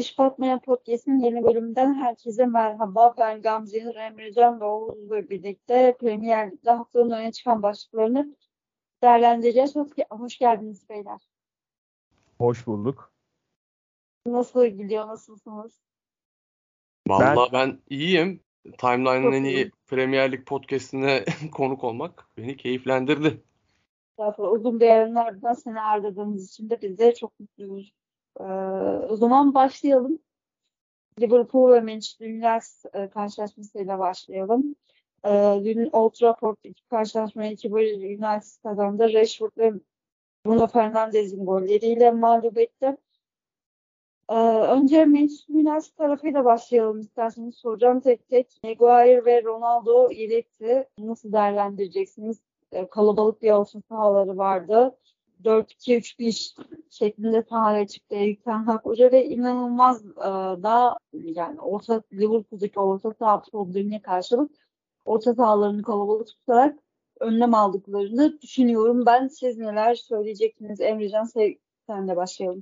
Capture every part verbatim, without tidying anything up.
Beş Batman Podcast'in yeni bölümünden herkese merhaba. Ben Gamze Yılır, Emrecan ve Oğuz'la birlikte Premier Lig'de haftanın öne çıkan başlıklarını değerlendireceğiz. Hoş, hoş geldiniz beyler. Hoş bulduk. Nasıl gidiyor, nasılsınız? Vallahi ben, ben iyiyim. Timeline'ın en iyi iyi. Premier Lig podcast'ine konuk olmak beni keyiflendirdi. Zaten uzun bir aranın ardından seni ağırladığımız için de biz de çok mutluyuz. Ee, o zaman başlayalım. Liverpool ve Manchester United e, karşılaşmasıyla başlayalım. Ee, dün Old Trafford'daki karşılaşmayı iki bir United kazandı. Rashford ve Bruno Fernandes'in golleriyle mağlup etti. Ee, önce Manchester United tarafıyla başlayalım isterseniz. Soracağım tek tek. Maguire ve Ronaldo yedekti. Nasıl değerlendireceksiniz? Ee, kalabalık bir orta sahaları vardı. dört iki üç bir şeklinde sahaya çıktı Erik ten Hag Hoca ve inanılmaz e, da yani orta Liverpool'daki orta saha problemine karşılık orta sahalarını kalabalık tutarak önlem aldıklarını düşünüyorum. Ben siz neler söyleyeceksiniz? Emrecan sen, senle başlayalım.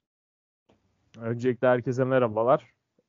Öncelikle herkese merhabalar.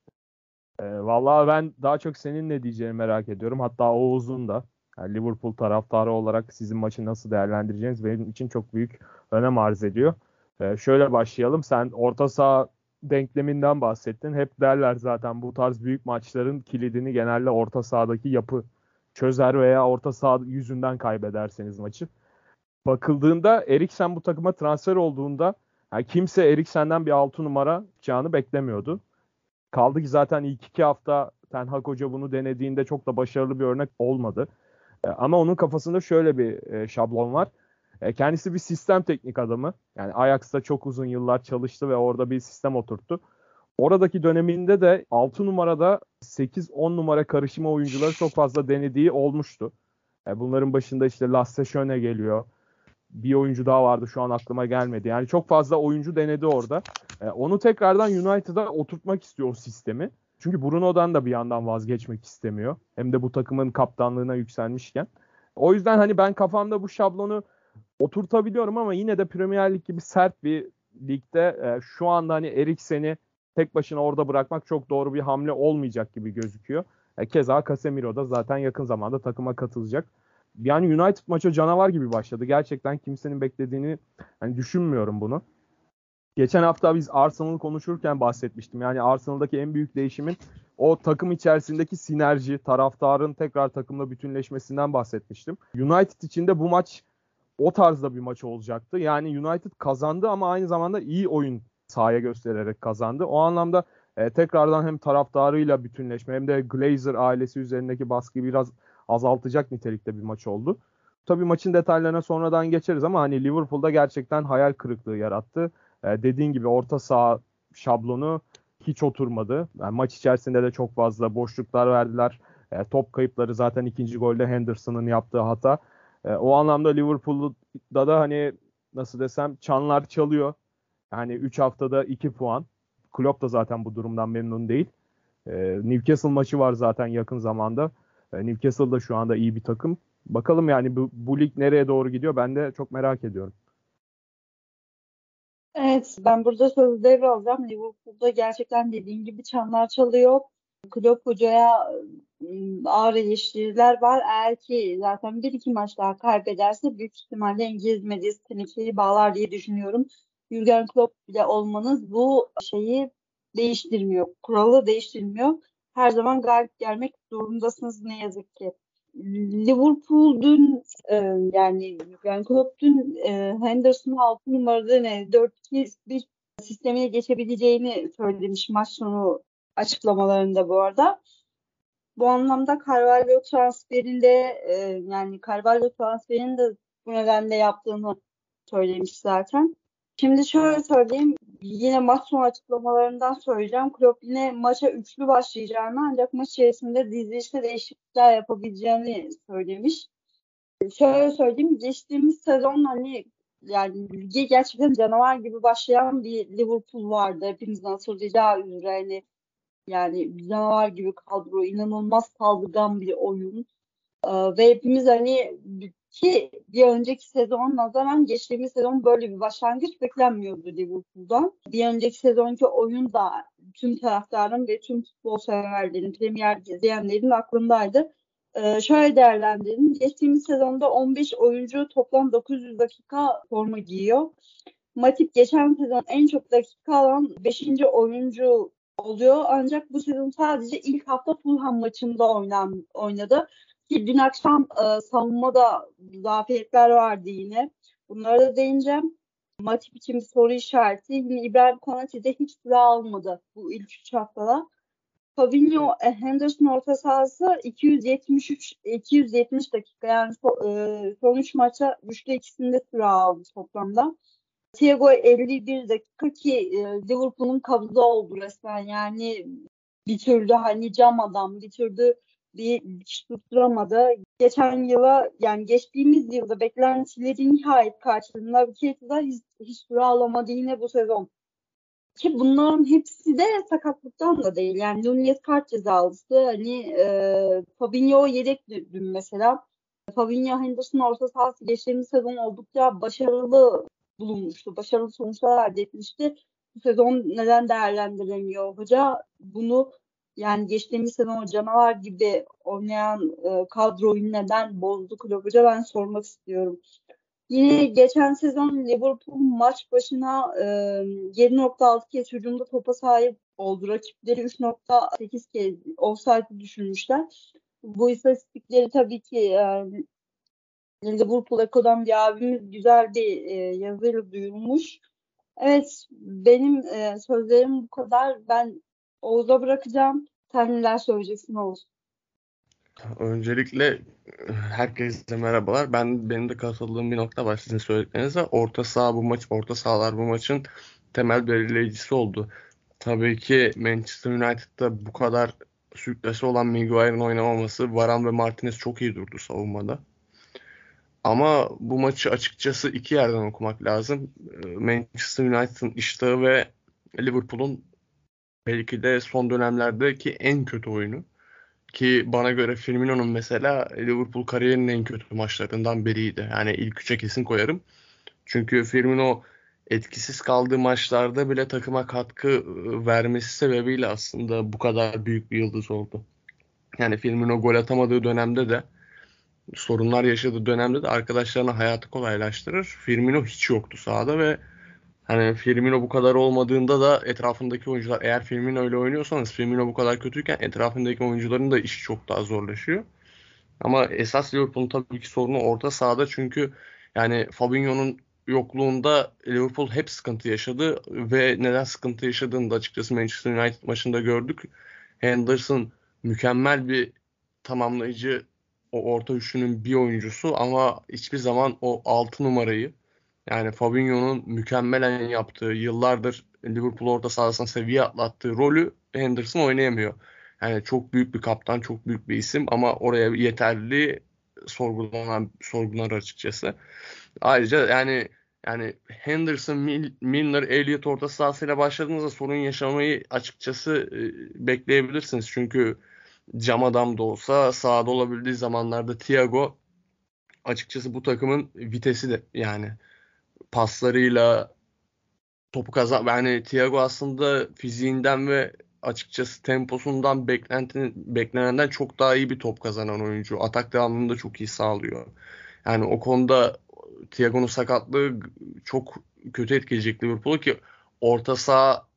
Ee, vallahi ben daha çok senin ne diyeceğini merak ediyorum. Hatta Oğuz'un da. Yani Liverpool taraftarı olarak sizin maçı nasıl değerlendireceğiniz benim için çok büyük önem arz ediyor. Ee, şöyle başlayalım. Sen orta saha denkleminden bahsettin. Hep derler zaten bu tarz büyük maçların kilidini genelde orta sahadaki yapı çözer veya orta saha yüzünden kaybederseniz maçı. Bakıldığında Eriksen bu takıma transfer olduğunda yani kimse Eriksen'den bir altı numara çıkacağını beklemiyordu. Kaldı ki zaten ilk iki hafta Ten Hag Hoca bunu denediğinde çok da başarılı bir örnek olmadı. E, ama onun kafasında şöyle bir e, şablon var. E, kendisi bir sistem teknik adamı. Yani Ajax'ta çok uzun yıllar çalıştı ve orada bir sistem oturttu. Oradaki döneminde de altı numarada sekiz on numara karışımı oyuncuları çok fazla denediği olmuştu. E, bunların başında işte Lasse Schöne geliyor. Bir oyuncu daha vardı şu an aklıma gelmedi. Yani çok fazla oyuncu denedi orada. E, onu tekrardan United'a oturtmak istiyor o sistemi. Çünkü Bruno'dan da bir yandan vazgeçmek istemiyor. Hem de bu takımın kaptanlığına yükselmişken. O yüzden hani ben kafamda bu şablonu oturtabiliyorum ama yine de Premier Lig gibi sert bir ligde e, şu anda hani Eriksen'i tek başına orada bırakmak çok doğru bir hamle olmayacak gibi gözüküyor. E, keza Casemiro da zaten yakın zamanda takıma katılacak. Yani United maça canavar gibi başladı. Gerçekten kimsenin beklediğini hani düşünmüyorum bunu. Geçen hafta biz Arsenal'ı konuşurken bahsetmiştim. Yani Arsenal'daki en büyük değişimin o takım içerisindeki sinerji, taraftarın tekrar takımla bütünleşmesinden bahsetmiştim. United için de bu maç o tarzda bir maç olacaktı. Yani United kazandı ama aynı zamanda iyi oyun sahaya göstererek kazandı. O anlamda e, tekrardan hem taraftarıyla bütünleşme hem de Glazer ailesi üzerindeki baskıyı biraz azaltacak nitelikte bir maç oldu. Tabii maçın detaylarına sonradan geçeriz ama hani Liverpool'da gerçekten hayal kırıklığı yarattı. E, dediğin gibi orta saha şablonu hiç oturmadı. Yani maç içerisinde de çok fazla boşluklar verdiler. E, top kayıpları zaten ikinci golde Henderson'ın yaptığı hata. E, o anlamda Liverpool'da da hani nasıl desem çanlar çalıyor. Yani üç haftada iki puan. Klopp da zaten bu durumdan memnun değil. E, Newcastle maçı var zaten yakın zamanda. E, Newcastle da şu anda iyi bir takım. Bakalım yani bu, bu lig nereye doğru gidiyor ben de çok merak ediyorum. Evet, ben burada sözü devralacağım. Liverpool'da gerçekten dediğim gibi çanlar çalıyor. Klopp Hoca'ya ım, ağır eleştiriler var. Eğer ki zaten bir iki maç daha kaybederse büyük ihtimalle İngiliz medyası tenekeyi bağlar diye düşünüyorum. Jürgen Klopp bile olmanız bu şeyi değiştirmiyor. Kuralı değiştirmiyor. Her zaman galip gelmek zorundasınız ne yazık ki. Liverpool dün e, yani yani Klopp dün e, Henderson'un altı numarada ne dört iki bir sistemine geçebileceğini söylemiş maç sonu açıklamalarında bu arada. Bu anlamda Carvalho transferinde e, yani Carvalho transferini de bu nedenle yaptığını söylemiş zaten. Şimdi şöyle söyleyeyim. Yine maç sonu açıklamalarından söyleyeceğim. Klopp yine maça üçlü başlayacağını ancak maç içerisinde dizilişte değişiklikler yapabileceğini söylemiş. Şöyle söyleyeyim. Geçtiğimiz sezon hani yani lige gerçekten canavar gibi başlayan bir Liverpool vardı. Hepimizin hatırlayacağı üzere hani yani canavar gibi kadro, inanılmaz saldırgan bir oyun. Ee, ve hepimiz hani ki bir önceki sezon nazaran geçtiğimiz sezon böyle bir başlangıç beklenmiyordu Liverpool'dan. Bir önceki sezonki oyun da tüm taraftarın ve tüm futbol severlerin, Premier Lig izleyenlerin aklındaydı. Ee, şöyle değerlendirelim. Geçtiğimiz sezonda on beş oyuncu toplam dokuz yüz dakika forma giyiyor. Matip geçen sezon en çok dakika alan beşinci oyuncu oluyor. Ancak bu sezon sadece ilk hafta Fulham maçında oynan, oynadı. Ki dün akşam e, savunmada zafiyetler vardı yine. Bunlara da değineceğim. Matip için bir soru işareti. Yine İbrahim Konate de hiç süre almadı bu ilk üç haftada. Fabinho, e, Henderson orta sahası iki yüz yetmiş üç iki yüz yetmiş dakika, yani so, e, son üç maça üçte ikisinde süre aldı toplamda. Thiago elli bir dakika ki e, Liverpool'un kabızı oldu resmen. Yani bir türlü hani cam adam bir türlü bir dikiş tutturamadı. Geçen yıla yani geçtiğimiz yılda beklentilerin nihayet karşılığında bir Keita hiç, hiç süre alamadı yine bu sezon. Ki bunların hepsi de sakatlıktan da değil. Yani Nunez kart cezalısı. Hani e, Fabinho yedek dün mesela. Fabinho Henderson orta sahası geçtiğimiz sezon oldukça başarılı bulunmuştu. Başarılı sonuçlar elde etmişti. Bu sezon neden değerlendiremiyor hoca? Bunu yani geçtiğimiz sezon o canavar gibi oynayan e, kadroyu neden bozdu Klopp hoca, ben sormak istiyorum. Yine geçen sezon Liverpool maç başına e, yedi nokta altı kez hücumda topa sahip oldu. Rakipleri üç nokta sekiz kez offside'ı düşürmüşler. Bu istatistikleri tabii ki e, Liverpool Eko'dan bir abimiz güzel bir e, yazıyla duyurmuş. Evet, benim e, sözlerim bu kadar. Ben Oğuz'a bırakacağım. Sen neler söyleyeceksin Oğuz? Öncelikle herkese merhabalar. Ben benim de katıldığım bir nokta var sizin söylediklerinize. Orta saha bu maç, orta sahalar bu maçın temel belirleyicisi oldu. Tabii ki Manchester United'da bu kadar sürklası olan Maguire'ın oynamaması, Varane ve Martinez çok iyi durdu savunmada. Ama bu maçı açıkçası iki yerden okumak lazım. Manchester United'ın iştahı ve Liverpool'un belki de son dönemlerdeki en kötü oyunu. Ki bana göre Firmino'nun mesela Liverpool kariyerinin en kötü maçlarından biriydi. Yani ilk üçe kesin koyarım. Çünkü Firmino etkisiz kaldığı maçlarda bile takıma katkı e, vermesi sebebiyle aslında bu kadar büyük bir yıldız oldu. Yani Firmino gol atamadığı dönemde de sorunlar yaşadığı dönemde de arkadaşlarına hayatı kolaylaştırır. Firmino hiç yoktu sahada ve hani Firmino bu kadar olmadığında da etrafındaki oyuncular, eğer Firmino ile oynuyorsanız Firmino bu kadar kötüyken etrafındaki oyuncuların da işi çok daha zorlaşıyor. Ama esas Liverpool'un tabii ki sorunu orta sahada, çünkü yani Fabinho'nun yokluğunda Liverpool hep sıkıntı yaşadı ve neden sıkıntı yaşadığını da açıkçası Manchester United maçında gördük. Henderson mükemmel bir tamamlayıcı, o orta üçlünün bir oyuncusu ama hiçbir zaman o altı numarayı, yani Fabinho'nun mükemmelen yaptığı, yıllardır Liverpool orta sahasına seviye atlattığı rolü Henderson oynayamıyor. Yani çok büyük bir kaptan, çok büyük bir isim ama oraya yeterli sorgulanan sorgulanır açıkçası. Ayrıca yani yani Henderson, Mil- Milner, Elliot orta sahasıyla başladığınızda sorun yaşamayı açıkçası e, bekleyebilirsiniz. Çünkü cam adam da olsa sahada olabildiği zamanlarda Thiago açıkçası bu takımın vitesi de, yani paslarıyla topu kazan, yani Thiago aslında fiziğinden ve açıkçası temposundan beklenti, beklenenden çok daha iyi bir top kazanan oyuncu. Atak devamlılığını da çok iyi sağlıyor. Yani o konuda Thiago'nun sakatlığı çok kötü etkileyecek Liverpool'u, ki orta saha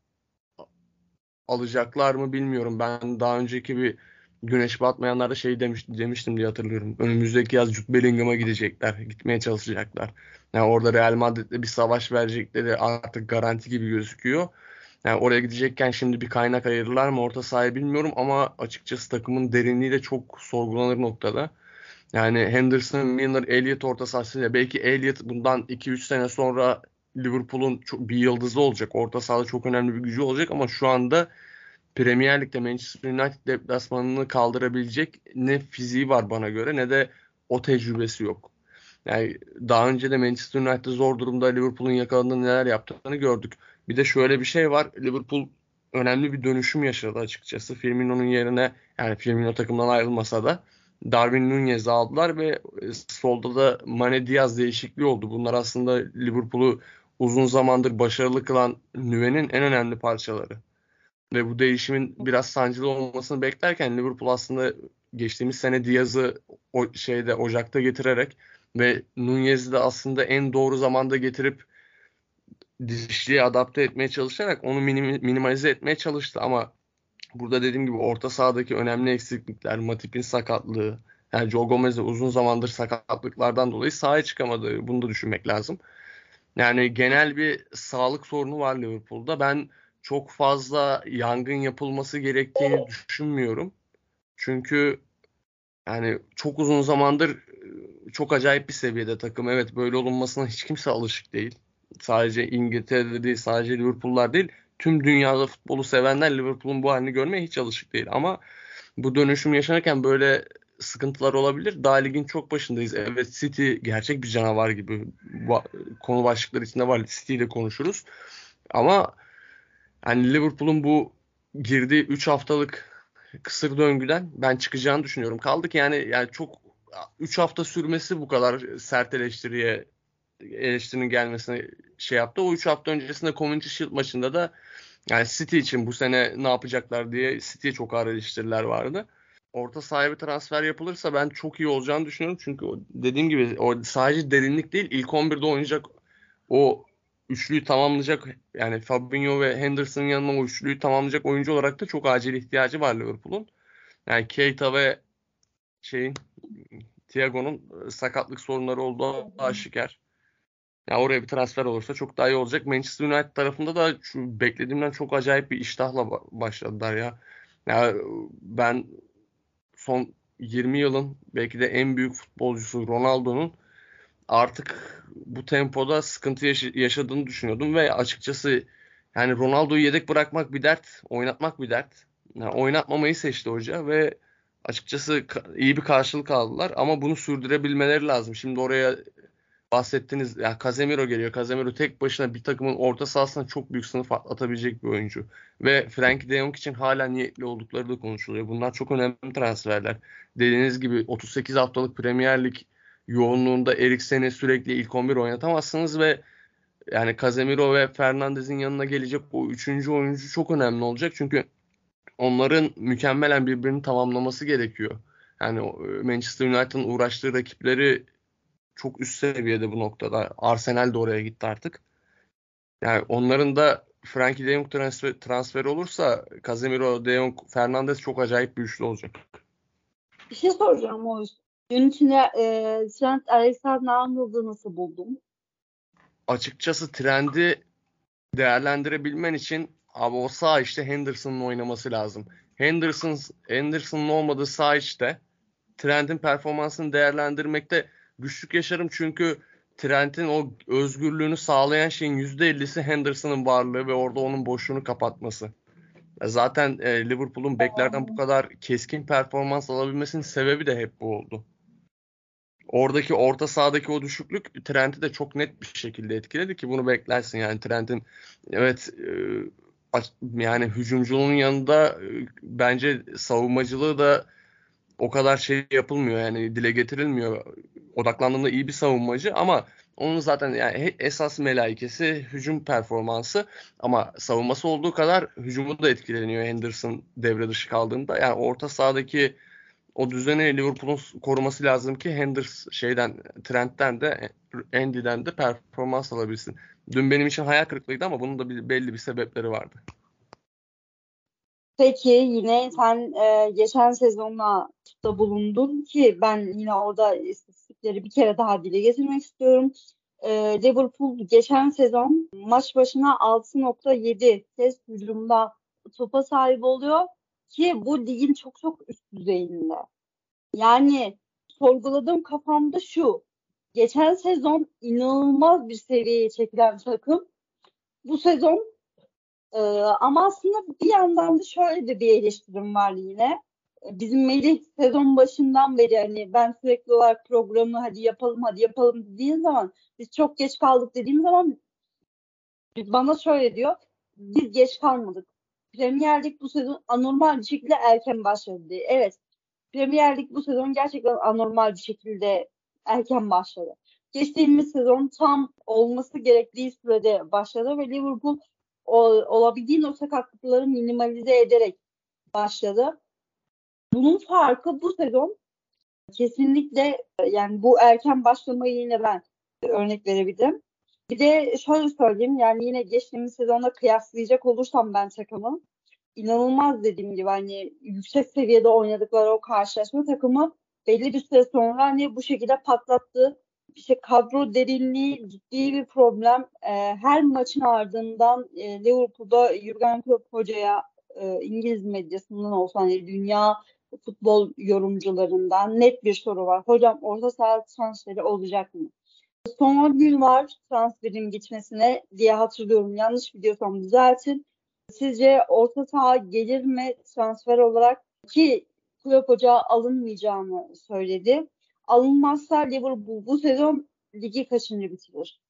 alacaklar mı bilmiyorum. Ben daha önceki bir güneş batmayanlarda şey demiş, demiştim diye hatırlıyorum. Önümüzdeki yaz Jude Bellingham'a gidecekler. Gitmeye çalışacaklar. Yani orada Real Madrid'le bir savaş verecekleri artık garanti gibi gözüküyor. Yani oraya gidecekken şimdi bir kaynak ayırırlar mı orta sahayı bilmiyorum ama açıkçası takımın derinliği de çok sorgulanır noktada. Yani Henderson, Milner, Elliot orta sahasıyla, belki Elliot bundan iki üç sene sonra Liverpool'un çok bir yıldızı olacak. Orta sahada çok önemli bir gücü olacak ama şu anda Premier Lig'de Manchester United deplasmanını kaldırabilecek ne fiziği var bana göre ne de o tecrübesi yok. Yani daha önce de Manchester United zor durumda Liverpool'un yakaladığında neler yaptığını gördük. Bir de şöyle bir şey var. Liverpool önemli bir dönüşüm yaşadı açıkçası. Firmino'nun yerine, yani Firmino takımdan ayrılmasa da Darwin Nunez'i aldılar ve e, solda da Mane Diaz değişikliği oldu. Bunlar aslında Liverpool'u uzun zamandır başarılı kılan nüvenin en önemli parçaları. ve bu değişimin biraz sancılı olmasını beklerken Liverpool aslında geçtiğimiz sene Diaz'ı o şeyde Ocak'ta getirerek ve Nunez'i de aslında en doğru zamanda getirip dişliğe adapte etmeye çalışarak onu minim, minimalize etmeye çalıştı ama burada dediğim gibi orta sahadaki önemli eksiklikler, Matip'in sakatlığı, yani Joe Gomez'e uzun zamandır sakatlıklardan dolayı sahaya çıkamadığı, bunu da düşünmek lazım. Yani genel bir sağlık sorunu var Liverpool'da. Ben çok fazla yangın yapılması gerektiğini düşünmüyorum. Çünkü yani çok uzun zamandır çok acayip bir seviyede takım. Evet, böyle olunmasına hiç kimse alışık değil. Sadece İngiltere'de değil, sadece Liverpool'lar değil. Tüm dünyada futbolu sevenler Liverpool'un bu halini görmeye hiç alışık değil. Ama bu dönüşüm yaşanırken böyle sıkıntılar olabilir. Daha ligin çok başındayız. Evet, City gerçek bir canavar gibi. Konu başlıkları içinde var. City ile konuşuruz. Ama yani Liverpool'un bu girdiği üç haftalık kısır döngüden ben çıkacağını düşünüyorum. Kaldı ki yani yani çok üç hafta sürmesi bu kadar sert eleştiriye eleştirinin gelmesine şey yaptı. O üç hafta öncesinde Community Shield maçında da yani City için bu sene ne yapacaklar diye City'ye çok ağır eleştiriler vardı. Orta sahaya bir transfer yapılırsa ben çok iyi olacağını düşünüyorum. Çünkü o, dediğim gibi o sadece derinlik değil, ilk on birde oynayacak o üçlüyü tamamlayacak, yani Fabinho ve Henderson'ın yanına o üçlüyü tamamlayacak oyuncu olarak da çok acil ihtiyacı var Liverpool'un. Yani Keita ve şeyin Thiago'nun sakatlık sorunları olduğu aşikar. Ya oraya bir transfer olursa çok daha iyi olacak. Manchester United tarafında da şu beklediğimden çok acayip bir iştahla başladılar ya. Ya ben son yirmi yılın belki de en büyük futbolcusu Ronaldo'nun artık bu tempoda sıkıntı yaş- yaşadığını düşünüyordum ve açıkçası yani Ronaldo'yu yedek bırakmak bir dert, oynatmak bir dert. Yani oynatmamayı seçti hoca ve açıkçası ka- iyi bir karşılık aldılar ama bunu sürdürebilmeleri lazım. Şimdi oraya bahsettiniz ya, Casemiro geliyor. Casemiro tek başına bir takımın orta sahasına çok büyük sınıf atlatabilecek bir oyuncu. Ve Frenkie de Jong için hala niyetli oldukları da konuşuluyor. Bunlar çok önemli transferler. Dediğiniz gibi otuz sekiz haftalık Premier Lig yoğunluğunda Eriksen'i sürekli ilk on bir oynatamazsınız ve yani Casemiro ve Fernandez'in yanına gelecek o üçüncü oyuncu çok önemli olacak. Çünkü onların mükemmelen birbirini tamamlaması gerekiyor. Yani Manchester United'ın uğraştığı rakipleri çok üst seviyede bu noktada. Arsenal de oraya gitti artık. Yani onların da Frankie de Jong transfer, transferi olursa Casemiro, de Jong, Fernandes çok acayip bir üçlü olacak. Bir şey soracağım o yüzden. Gün içinde e, Trent Alexander-Arnold'u nasıl buldun? Açıkçası trendi değerlendirebilmen için abi o sağ işte Henderson'ın oynaması lazım. Henderson Henderson'ın olmadığı sağ işte Trent'in performansını değerlendirmekte güçlük yaşarım çünkü Trent'in o özgürlüğünü sağlayan şeyin yüzde ellisi Henderson'ın varlığı ve orada onun boşluğunu kapatması. Zaten e, Liverpool'un beklerden bu kadar keskin performans alabilmesinin sebebi de hep bu oldu. Oradaki orta sahadaki o düşüklük Trent'i de çok net bir şekilde etkiledi ki bunu beklersin. Yani Trent'in evet e, yani hücumculuğun yanında e, bence savunmacılığı da o kadar şey yapılmıyor, yani dile getirilmiyor. Odaklandığında iyi bir savunmacı ama onun zaten yani esas melaikesi hücum performansı ama savunması olduğu kadar hücumu da etkileniyor Henderson devre dışı kaldığında. Yani orta sahadaki o düzeni Liverpool'un koruması lazım ki Henderson şeyden, Trent'ten de Andy'den de performans alabilsin. Dün benim için hayal kırıklığıydı ama bunun da bir, belli bir sebepleri vardı. Peki yine sen e, geçen sezonla da bulundun ki ben yine orada istatistikleri bir kere daha dile getirmek istiyorum. E, Liverpool geçen sezon maç başına altı nokta yedi kez hücumda topa sahip oluyor ki bu ligin çok çok üst düzeyinde. Yani sorguladığım kafamda şu. Geçen sezon inanılmaz bir seviyeye çekilen takım. Bu sezon e, ama aslında bir yandan da şöyle de bir eleştirim var yine. E, Bizim Melih sezon başından beri hani ben sürekli olarak programı hadi yapalım hadi yapalım dediğin zaman biz çok geç kaldık dediğim zaman bana şöyle diyor. Biz geç kalmadık. Premier Lig bu sezon anormal bir şekilde erken başladı diye. Evet. Premier Lig bu sezon gerçekten anormal bir şekilde erken başladı. Geçtiğimiz sezon tam olması gerektiği sürede başladı ve Liverpool o, olabildiğin o sakatlıkları minimalize ederek başladı. Bunun farkı bu sezon kesinlikle, yani bu erken başlamayı yine ben örnek verebilirim. Bir de şöyle söyleyeyim, yani yine geçtiğimiz sezonla kıyaslayacak olursam ben takımı inanılmaz, dediğim gibi hani yüksek seviyede oynadıkları o karşılaşma takımı belli bir süre sonra hani bu şekilde patlattı. İşte kadro derinliği ciddi bir problem. Ee, her maçın ardından e, Liverpool'da Jurgen Klopp hocaya, e, İngiliz medyasından olsa hani dünya futbol yorumcularından net bir soru var. Hocam orta saha transferi olacak mı? Son on gün var transferin gitmesine diye hatırlıyorum. Yanlış biliyorsam düzeltin. Sizce orta saha gelir mi transfer olarak? Ki Klopp Hoca alınmayacağını söyledi. Alınmazsa Liverpool bu sezon ligi kaçıncı bitirir?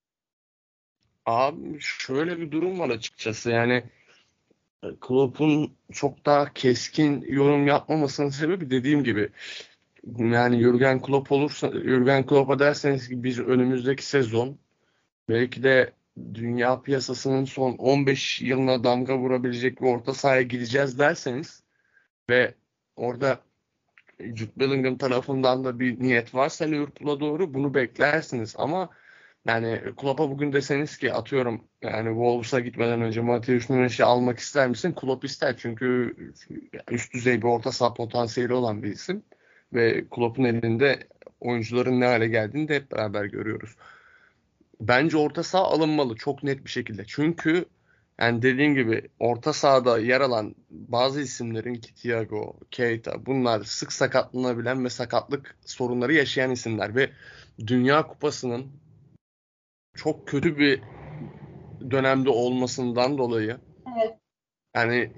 Abi şöyle bir durum var açıkçası. Yani Klopp'un çok daha keskin yorum yapmamasının sebebi dediğim gibi, yani Jurgen Klopp olursa, Jurgen Klopp'a derseniz ki biz önümüzdeki sezon belki de dünya piyasasının son on beş yılına damga vurabilecek bir orta sahaya gideceğiz derseniz ve orada Jude Bellingham tarafından da bir niyet varsa Liverpool'a doğru bunu beklersiniz. Ama yani Klopp'a bugün deseniz ki atıyorum yani Wolves'a gitmeden önce Matheus Nunes'i almak ister misin? Klopp ister, çünkü üst düzey bir orta saha potansiyeli olan bir isim ve Klopp'un elinde oyuncuların ne hale geldiğini de hep beraber görüyoruz. Bence orta saha alınmalı çok net bir şekilde. Çünkü yani dediğim gibi orta sahada yer alan bazı isimlerin ki Thiago, Keita, bunlar sık sakatlanabilen ve sakatlık sorunları yaşayan isimler ve Dünya Kupası'nın çok kötü bir dönemde olmasından dolayı Evet. yani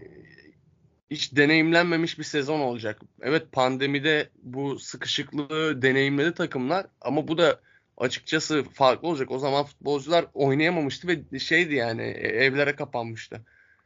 hiç deneyimlenmemiş bir sezon olacak. Evet, pandemide bu sıkışıklığı deneyimledi takımlar ama bu da açıkçası farklı olacak. O zaman futbolcular oynayamamıştı ve şeydi yani evlere kapanmıştı.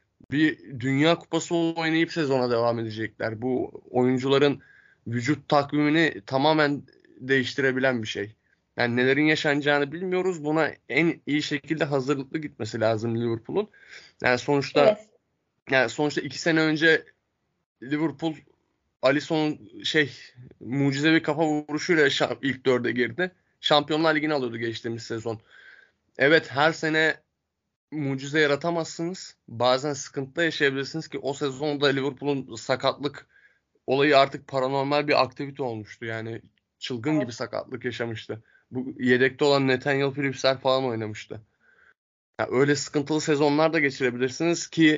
Bir Dünya Kupası oynayıp sezona devam edecekler. Bu oyuncuların vücut takvimini tamamen değiştirebilen bir şey. Yani nelerin yaşanacağını bilmiyoruz. Buna en iyi şekilde hazırlıklı gitmesi lazım Liverpool'un. Yani sonuçta Evet. yani sonuçta iki sene önce Liverpool Alisson'un şey mucizevi kafa vuruşuyla şa- ilk dörde girdi. Şampiyonlar Ligi'ni alıyordu geçtiğimiz sezon. Evet, her sene mucize yaratamazsınız. Bazen sıkıntı da yaşayabilirsiniz ki o sezonda Liverpool'un sakatlık olayı artık paranormal bir aktivite olmuştu. Yani çılgın gibi Evet. sakatlık yaşamıştı. Bu yedekte olan Nathaniel Phillips'ler falan oynamıştı. Yani öyle sıkıntılı sezonlar da geçirebilirsiniz ki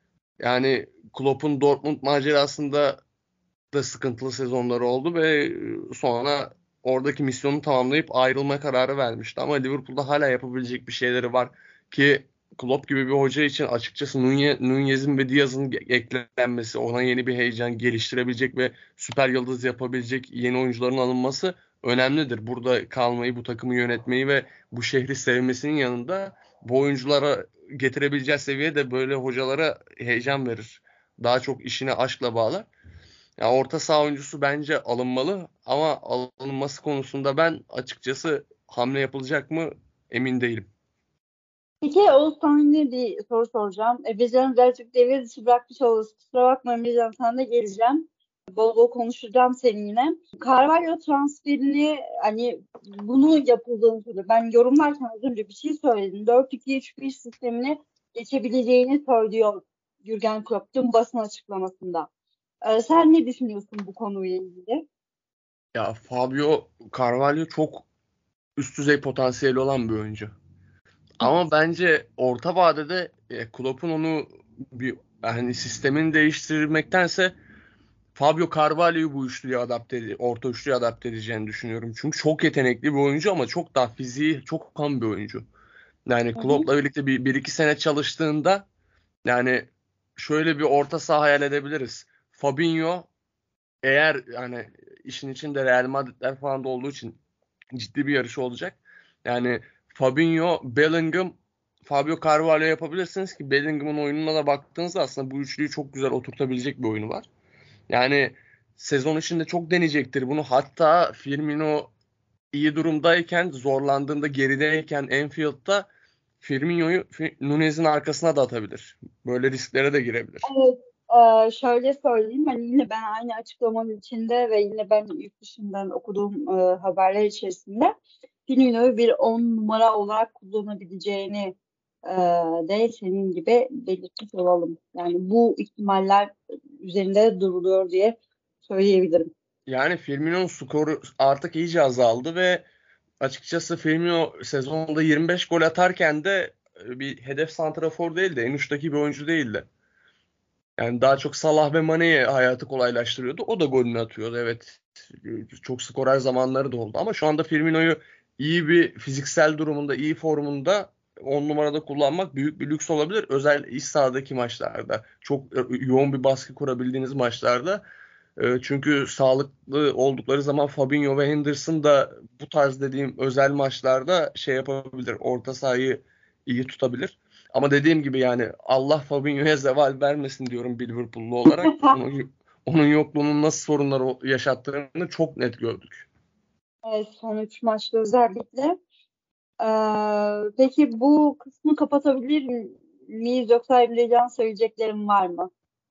yani Klopp'un Dortmund macerasında da sıkıntılı sezonları oldu ve sonra oradaki misyonu tamamlayıp ayrılma kararı vermişti. Ama Liverpool'da hala yapabilecek bir şeyleri var ki Klopp gibi bir hoca için açıkçası Nunez, Nunez'in ve Diaz'ın eklenmesi, ona yeni bir heyecan geliştirebilecek ve süper yıldız yapabilecek yeni oyuncuların alınması önemlidir. Burada kalmayı, bu takımı yönetmeyi ve bu şehri sevmesinin yanında bu oyunculara getirebileceği seviyede böyle hocalara heyecan verir. Daha çok işine aşkla bağlar. Ya orta saha oyuncusu bence alınmalı ama alınması konusunda ben açıkçası hamle yapılacak mı emin değilim. Peki Oğuzhan, yine bir soru soracağım. Emrecan birazcık devre dışı bırakmış olursun. Kusura bakma Emrecan, sana da geleceğim. Bol bol konuşacağım seninle. Carvalho transferini, hani bunu yapıldığını söylüyor. Ben yorumlarken az önce bir şey söyledim. dört iki üç bir sistemine geçebileceğini söylüyor Jürgen Klopp dün basın açıklamasında. Ee, sen ne düşünüyorsun bu konuyla ilgili? Ya Fabio Carvalho çok üst düzey potansiyeli olan bir oyuncu. Ama Evet. bence orta vadede e, Klopp'un onu bir yani sistemini değiştirmektense Fabio Carvalho'yu bu üçlüye adapte ede- orta üçlüye adapte edeceğini düşünüyorum. Çünkü çok yetenekli bir oyuncu ama çok daha fiziği çok ham bir oyuncu. Yani Hı hı. Klopp'la birlikte bir, bir iki sene çalıştığında yani şöyle bir orta saha hayal edebiliriz. Fabinho, eğer yani işin içinde Real Madrid'ler falan da olduğu için ciddi bir yarış olacak. Yani Fabinho, Bellingham, Fabio Carvalho yapabilirsiniz ki Bellingham'ın oyununa da baktığınızda aslında bu üçlüyü çok güzel oturtabilecek bir oyunu var. Yani sezon içinde çok deneyecektir bunu. Hatta Firmino iyi durumdayken, zorlandığında, gerideyken Anfield'da Firmino'yu Nunez'in arkasına da atabilir. Böyle risklere de girebilir. Evet, e, şöyle söyleyeyim, hani yine ben aynı açıklamanın içinde ve yine ben yurt dışından okuduğum e, haberler içerisinde Firmino'yu bir on numara olarak kullanabileceğini e, de senin gibi belirtmiş olalım. Yani bu ihtimaller üzerinde duruluyor diye söyleyebilirim. Yani Firmino'nun skoru artık iyice azaldı ve açıkçası Firmino sezonda yirmi beş gol atarken de e, bir hedef santrafor değildi. En uçtaki bir oyuncu değildi. Yani daha çok Salah ve Mane'ye hayatı kolaylaştırıyordu. O da golünü atıyordu. Evet, çok skorer zamanları da oldu. Ama şu anda Firmino'yu iyi bir fiziksel durumunda, iyi formunda on numarada kullanmak büyük bir lüks olabilir. Özel iç sahadaki maçlarda. Çok e, yoğun bir baskı kurabildiğiniz maçlarda. E, Çünkü sağlıklı oldukları zaman Fabinho ve Henderson da bu tarz dediğim özel maçlarda şey yapabilir. Orta sahayı iyi tutabilir. Ama dediğim gibi yani Allah Fabinho'ya zeval vermesin diyorum bir Liverpool'lu olarak. Onun, onun yokluğunun nasıl sorunlar yaşattığını çok net gördük. Evet, son üç maçta özellikle. Ee, peki bu kısmı kapatabilir miyiz, yoksa Emrecan söyleyeceklerim var mı?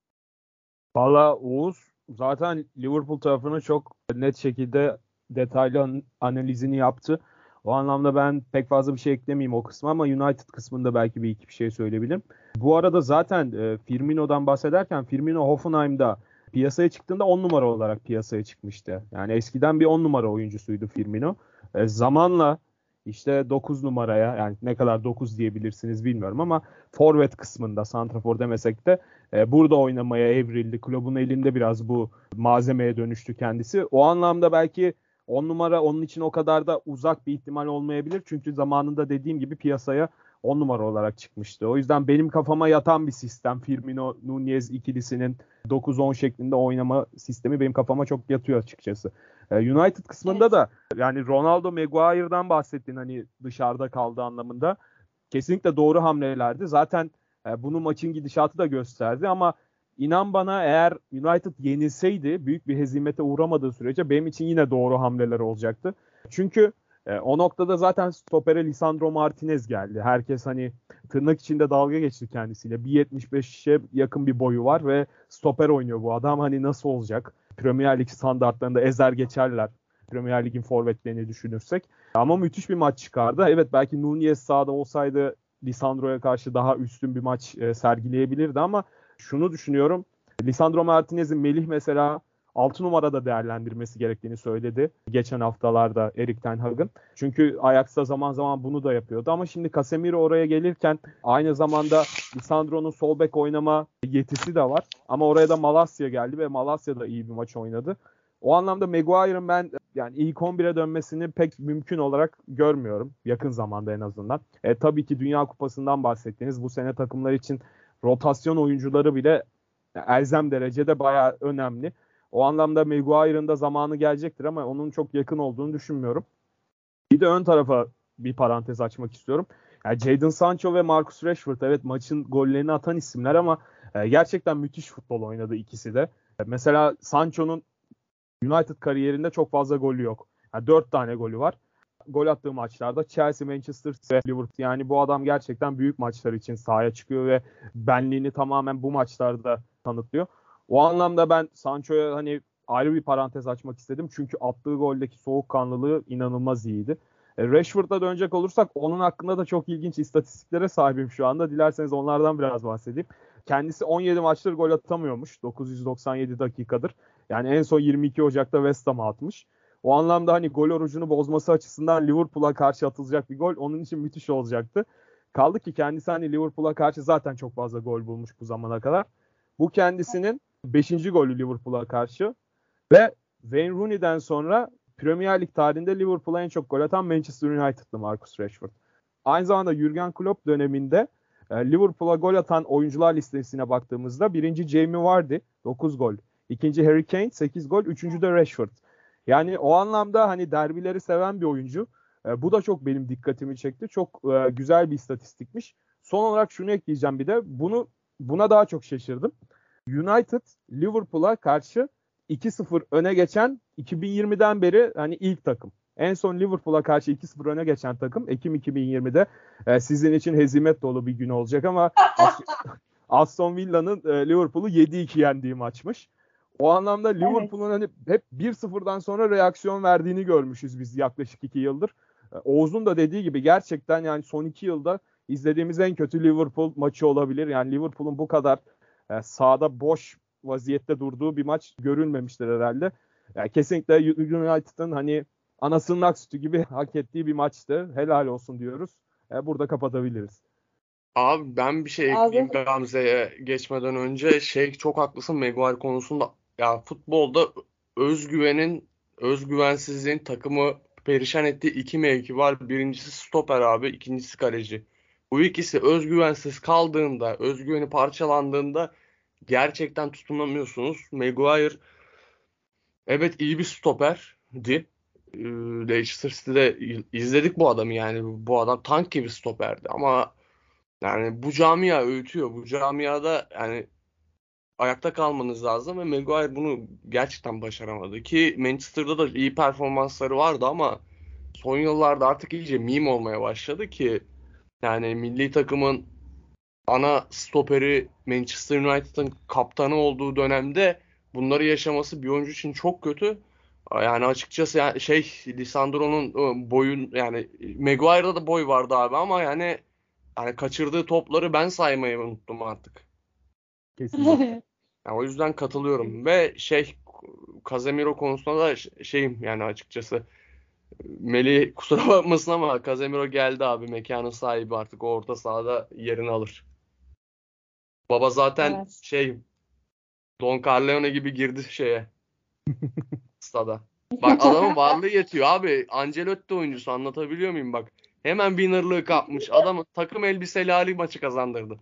Valla Oğuz zaten Liverpool tarafını çok net şekilde detaylı an- analizini yaptı. O anlamda ben pek fazla bir şey eklemeyeyim o kısmı ama United kısmında belki bir iki bir şey söyleyebilirim. Bu arada zaten e, Firmino'dan bahsederken Firmino Hoffenheim'da piyasaya çıktığında on numara olarak piyasaya çıkmıştı. Yani eskiden bir on numara oyuncusuydu Firmino. E, zamanla işte dokuz numaraya, yani ne kadar dokuz diyebilirsiniz bilmiyorum ama forvet kısmında, santrafor demesek de e, burada oynamaya evrildi. Kulübün elinde biraz bu malzemeye dönüştü kendisi. O anlamda belki on numara onun için o kadar da uzak bir ihtimal olmayabilir. Çünkü zamanında dediğim gibi piyasaya on numara olarak çıkmıştı. O yüzden benim kafama yatan bir sistem. Firmino Nunez ikilisinin dokuz on şeklinde oynama sistemi benim kafama çok yatıyor açıkçası. E, United kısmında Evet. da yani Ronaldo Maguire'dan bahsettin, hani dışarıda kaldığı anlamında. Kesinlikle doğru hamlelerdi. Zaten e, bunu maçın gidişatı da gösterdi ama inan bana, eğer United yenilseydi, büyük bir hezimete uğramadığı sürece benim için yine doğru hamleler olacaktı. Çünkü e, o noktada zaten stopere Lisandro Martinez geldi. Herkes hani tırnak içinde dalga geçti kendisiyle. bir yetmiş beşe yakın bir boyu var ve stoper oynuyor bu adam. Hani nasıl olacak? Premier Lig standartlarında ezer geçerler Premier Lig'in forvetlerini düşünürsek. Ama müthiş bir maç çıkardı. Evet, belki Nunez sahada olsaydı Lisandro'ya karşı daha üstün bir maç e, sergileyebilirdi ama şunu düşünüyorum. Lisandro Martinez'in Melih mesela altı numarada değerlendirmesi gerektiğini söyledi geçen haftalarda Erik ten Hag'ın. Çünkü Ajax'ta zaman zaman bunu da yapıyordu ama şimdi Casemiro oraya gelirken aynı zamanda Lisandro'nun sol bek oynama yetisi de var. Ama oraya da Malasya geldi ve Malasya da iyi bir maç oynadı. O anlamda Maguire'ın ben yani ilk on bire dönmesini pek mümkün olarak görmüyorum. Yakın zamanda en azından. E, tabii ki Dünya Kupası'ndan bahsettiniz. Bu sene takımlar için rotasyon oyuncuları bile elzem derecede bayağı önemli. O anlamda Maguire'ın da zamanı gelecektir ama onun çok yakın olduğunu düşünmüyorum. Bir de ön tarafa bir parantez açmak istiyorum. Yani Jadon Sancho ve Marcus Rashford, evet maçın gollerini atan isimler ama e, gerçekten müthiş futbol oynadı ikisi de. E, mesela Sancho'nun United kariyerinde çok fazla golü yok. Yani dört tane golü var. Gol attığı maçlarda Chelsea, Manchester ve Liverpool. Yani bu adam gerçekten büyük maçlar için sahaya çıkıyor ve benliğini tamamen bu maçlarda tanıtlıyor. O anlamda ben Sancho'ya hani ayrı bir parantez açmak istedim. Çünkü attığı goldeki soğukkanlılığı inanılmaz iyiydi. E, Rashford'a dönecek olursak onun hakkında da çok ilginç istatistiklere sahibim şu anda. Dilerseniz onlardan biraz bahsedeyim. Kendisi on yedi maçtır gol atamıyormuş. dokuz yüz doksan yedi dakikadır. Yani en son yirmi iki Ocak'ta West Ham'a atmış. O anlamda hani gol orucunu bozması açısından Liverpool'a karşı atılacak bir gol onun için müthiş olacaktı. Kaldı ki kendisi hani Liverpool'a karşı zaten çok fazla gol bulmuş bu zamana kadar. Bu kendisinin beşinci golü Liverpool'a karşı ve Wayne Rooney'den sonra Premier Lig tarihinde Liverpool'a en çok gol atan Manchester United'lı Marcus Rashford. Aynı zamanda Jurgen Klopp döneminde Liverpool'a gol atan oyuncular listesine baktığımızda birinci Jamie Vardy dokuz gol. İkinci Harry Kane sekiz gol. Üçüncü de Rashford. Yani o anlamda hani derbileri seven bir oyuncu. E, bu da çok benim dikkatimi çekti. Çok e, güzel bir istatistikmiş. Son olarak şunu ekleyeceğim bir de. Bunu buna daha çok şaşırdım. United Liverpool'a karşı iki sıfır öne geçen iki bin yirmiden beri hani ilk takım. En son Liverpool'a karşı iki sıfır öne geçen takım Ekim iki bin yirmide e, sizin için hezimet dolu bir gün olacak ama Aston Villa'nın e, Liverpool'u yedi iki yendiği maçmış. O anlamda Liverpool'un evet. hani hep bir sıfırdan sonra reaksiyon verdiğini görmüşüz biz yaklaşık iki yıldır. E, Oğuz'un da dediği gibi gerçekten yani son iki yılda izlediğimiz en kötü Liverpool maçı olabilir. Yani Liverpool'un bu kadar e, sahada boş vaziyette durduğu bir maç görülmemiştir herhalde. Yani kesinlikle United'ın hani anasının ak sütü gibi hak ettiği bir maçtı. Helal olsun diyoruz. E, burada kapatabiliriz. Abi ben bir şey ekleyeyim Gamze'ye geçmeden önce. Şey çok haklısın Maguire konusunda. Ya futbolda özgüvenin, özgüvensizliğin takımı perişan ettiği iki mevki var. Birincisi stoper abi, ikincisi kaleci. Bu ikisi özgüvensiz kaldığında, özgüveni parçalandığında gerçekten tutunamıyorsunuz. Maguire evet iyi bir stoperdi. Ee, Leicester City'de izledik bu adamı yani. Bu adam tank gibi stoperdi ama yani bu camia öğütüyor. Bu camiada yani ayakta kalmanız lazım ve Maguire bunu gerçekten başaramadı. Ki Manchester'da da iyi performansları vardı ama son yıllarda artık iyice meme olmaya başladı ki yani milli takımın ana stoperi Manchester United'ın kaptanı olduğu dönemde bunları yaşaması bir oyuncu için çok kötü. Yani açıkçası yani şey Lisandro'nun ıı, boyun yani Maguire'da da boy vardı abi ama yani yani kaçırdığı topları ben saymayı unuttum artık. Kesinlikle. Yani o yüzden katılıyorum ve şey Casemiro konusunda da şeyim yani açıkçası Melih kusura bakmasın ama Casemiro geldi abi mekanın sahibi artık o orta sahada yerini alır. Baba zaten Evet. şey Don Corleone gibi girdi şeye stada. Bak adamın varlığı yetiyor abi. Ancelotti oyuncusu anlatabiliyor muyum bak. Hemen winner'lığı kapmış. Adamın takım elbiseli hali maçı kazandırdı.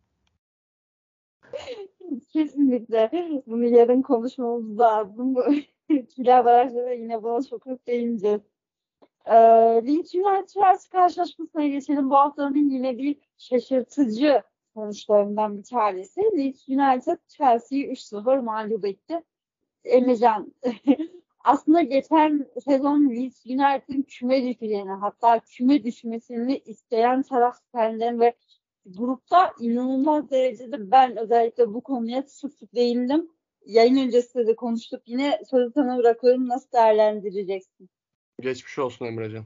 Kesinlikle. Bunu yarın konuşmamız lazım. Kila barajları yine buna çok çok değineceğiz. Ee, Leeds United Chelsea karşılaşmasına geçelim. Bu haftanın yine bir şaşırtıcı sonuçlarından bir tanesi. Leeds United Chelsea'yi üç sıfır mağlup etti. Emrecan, aslında geçen sezon Leeds United'ın küme düşeceğini, hatta küme düşmesini isteyen taraftarların ve grupta inanılmaz derecede ben özellikle bu konuya sık sık değindim. Yayın öncesinde de konuştuk. Yine sözü sana bırakıyorum. Nasıl değerlendireceksin? Geçmiş olsun Emrecan.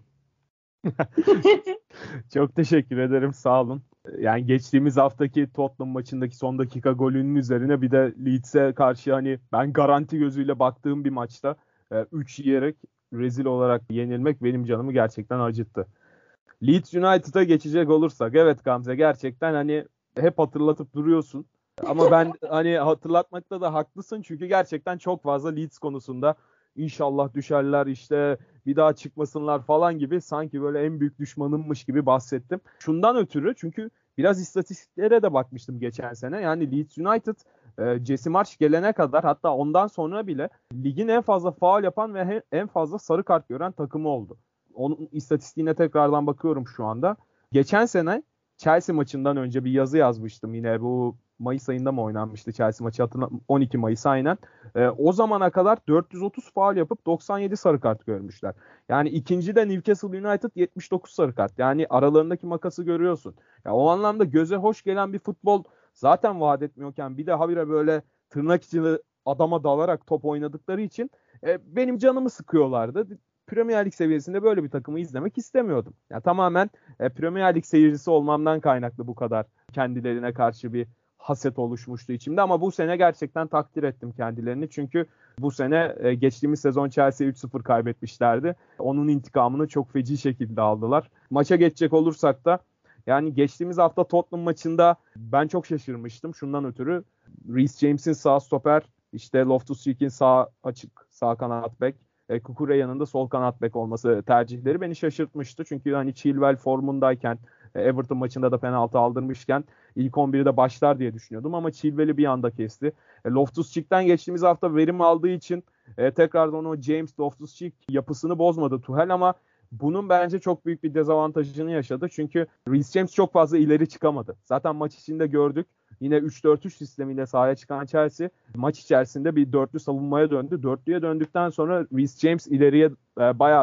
Çok teşekkür ederim. Sağ olun. Yani geçtiğimiz haftaki Tottenham maçındaki son dakika golünün üzerine bir de Leeds'e karşı hani ben garanti gözüyle baktığım bir maçta üç yiyerek rezil olarak yenilmek benim canımı gerçekten acıttı. Leeds United'a geçecek olursak evet Gamze gerçekten hani hep hatırlatıp duruyorsun. Ama ben hani hatırlatmakta da haklısın çünkü gerçekten çok fazla Leeds konusunda inşallah düşerler işte bir daha çıkmasınlar falan gibi sanki böyle en büyük düşmanımmış gibi bahsettim. Şundan ötürü çünkü biraz istatistiklere de bakmıştım geçen sene. Yani Leeds United e, Jesse Marsch gelene kadar hatta ondan sonra bile ligin en fazla faul yapan ve en fazla sarı kart gören takımı oldu. Onun istatistiğine tekrardan bakıyorum şu anda. Geçen sene Chelsea maçından önce bir yazı yazmıştım. Yine bu Mayıs ayında mı oynanmıştı Chelsea maçı? on iki Mayıs aynen. E, o zamana kadar dört yüz otuz faul yapıp doksan yedi sarı kart görmüşler. Yani ikinci de Newcastle United yetmiş dokuz sarı kart. Yani aralarındaki makası görüyorsun. Yani o anlamda göze hoş gelen bir futbol zaten vaat etmiyorken bir de habire böyle tırnak içinde adama dalarak top oynadıkları için e, benim canımı sıkıyorlardı. Premier Lig seviyesinde böyle bir takımı izlemek istemiyordum. Yani tamamen e, Premier Lig seyircisi olmamdan kaynaklı bu kadar kendilerine karşı bir haset oluşmuştu içimde ama bu sene gerçekten takdir ettim kendilerini. Çünkü bu sene e, geçtiğimiz sezon Chelsea üç sıfır kaybetmişlerdi. Onun intikamını çok feci şekilde aldılar. Maça geçecek olursak da yani geçtiğimiz hafta Tottenham maçında ben çok şaşırmıştım. Şundan ötürü Reece James'in sağ stoper, işte Loftus-Cheek'in sağ açık sağ kanat bek, e, Kukureya'nın da sol kanat bek olması tercihleri beni şaşırtmıştı. Çünkü hani Chilwell formundayken e, Everton maçında da penaltı aldırmışken ilk on birde başlar diye düşünüyordum ama Chilwell'i bir anda kesti. E, Loftus-Cheek'ten geçtiğimiz hafta verim aldığı için e, tekrardan o James Loftus-Cheek yapısını bozmadı Tuchel ama bunun bence çok büyük bir dezavantajını yaşadı. Çünkü Reece James çok fazla ileri çıkamadı. Zaten maç içinde gördük. Yine üç dört üç sistemiyle sahaya çıkan Chelsea maç içerisinde bir dörtlü savunmaya döndü. Dörtlüye döndükten sonra Reece James ileriye e, bayağı bir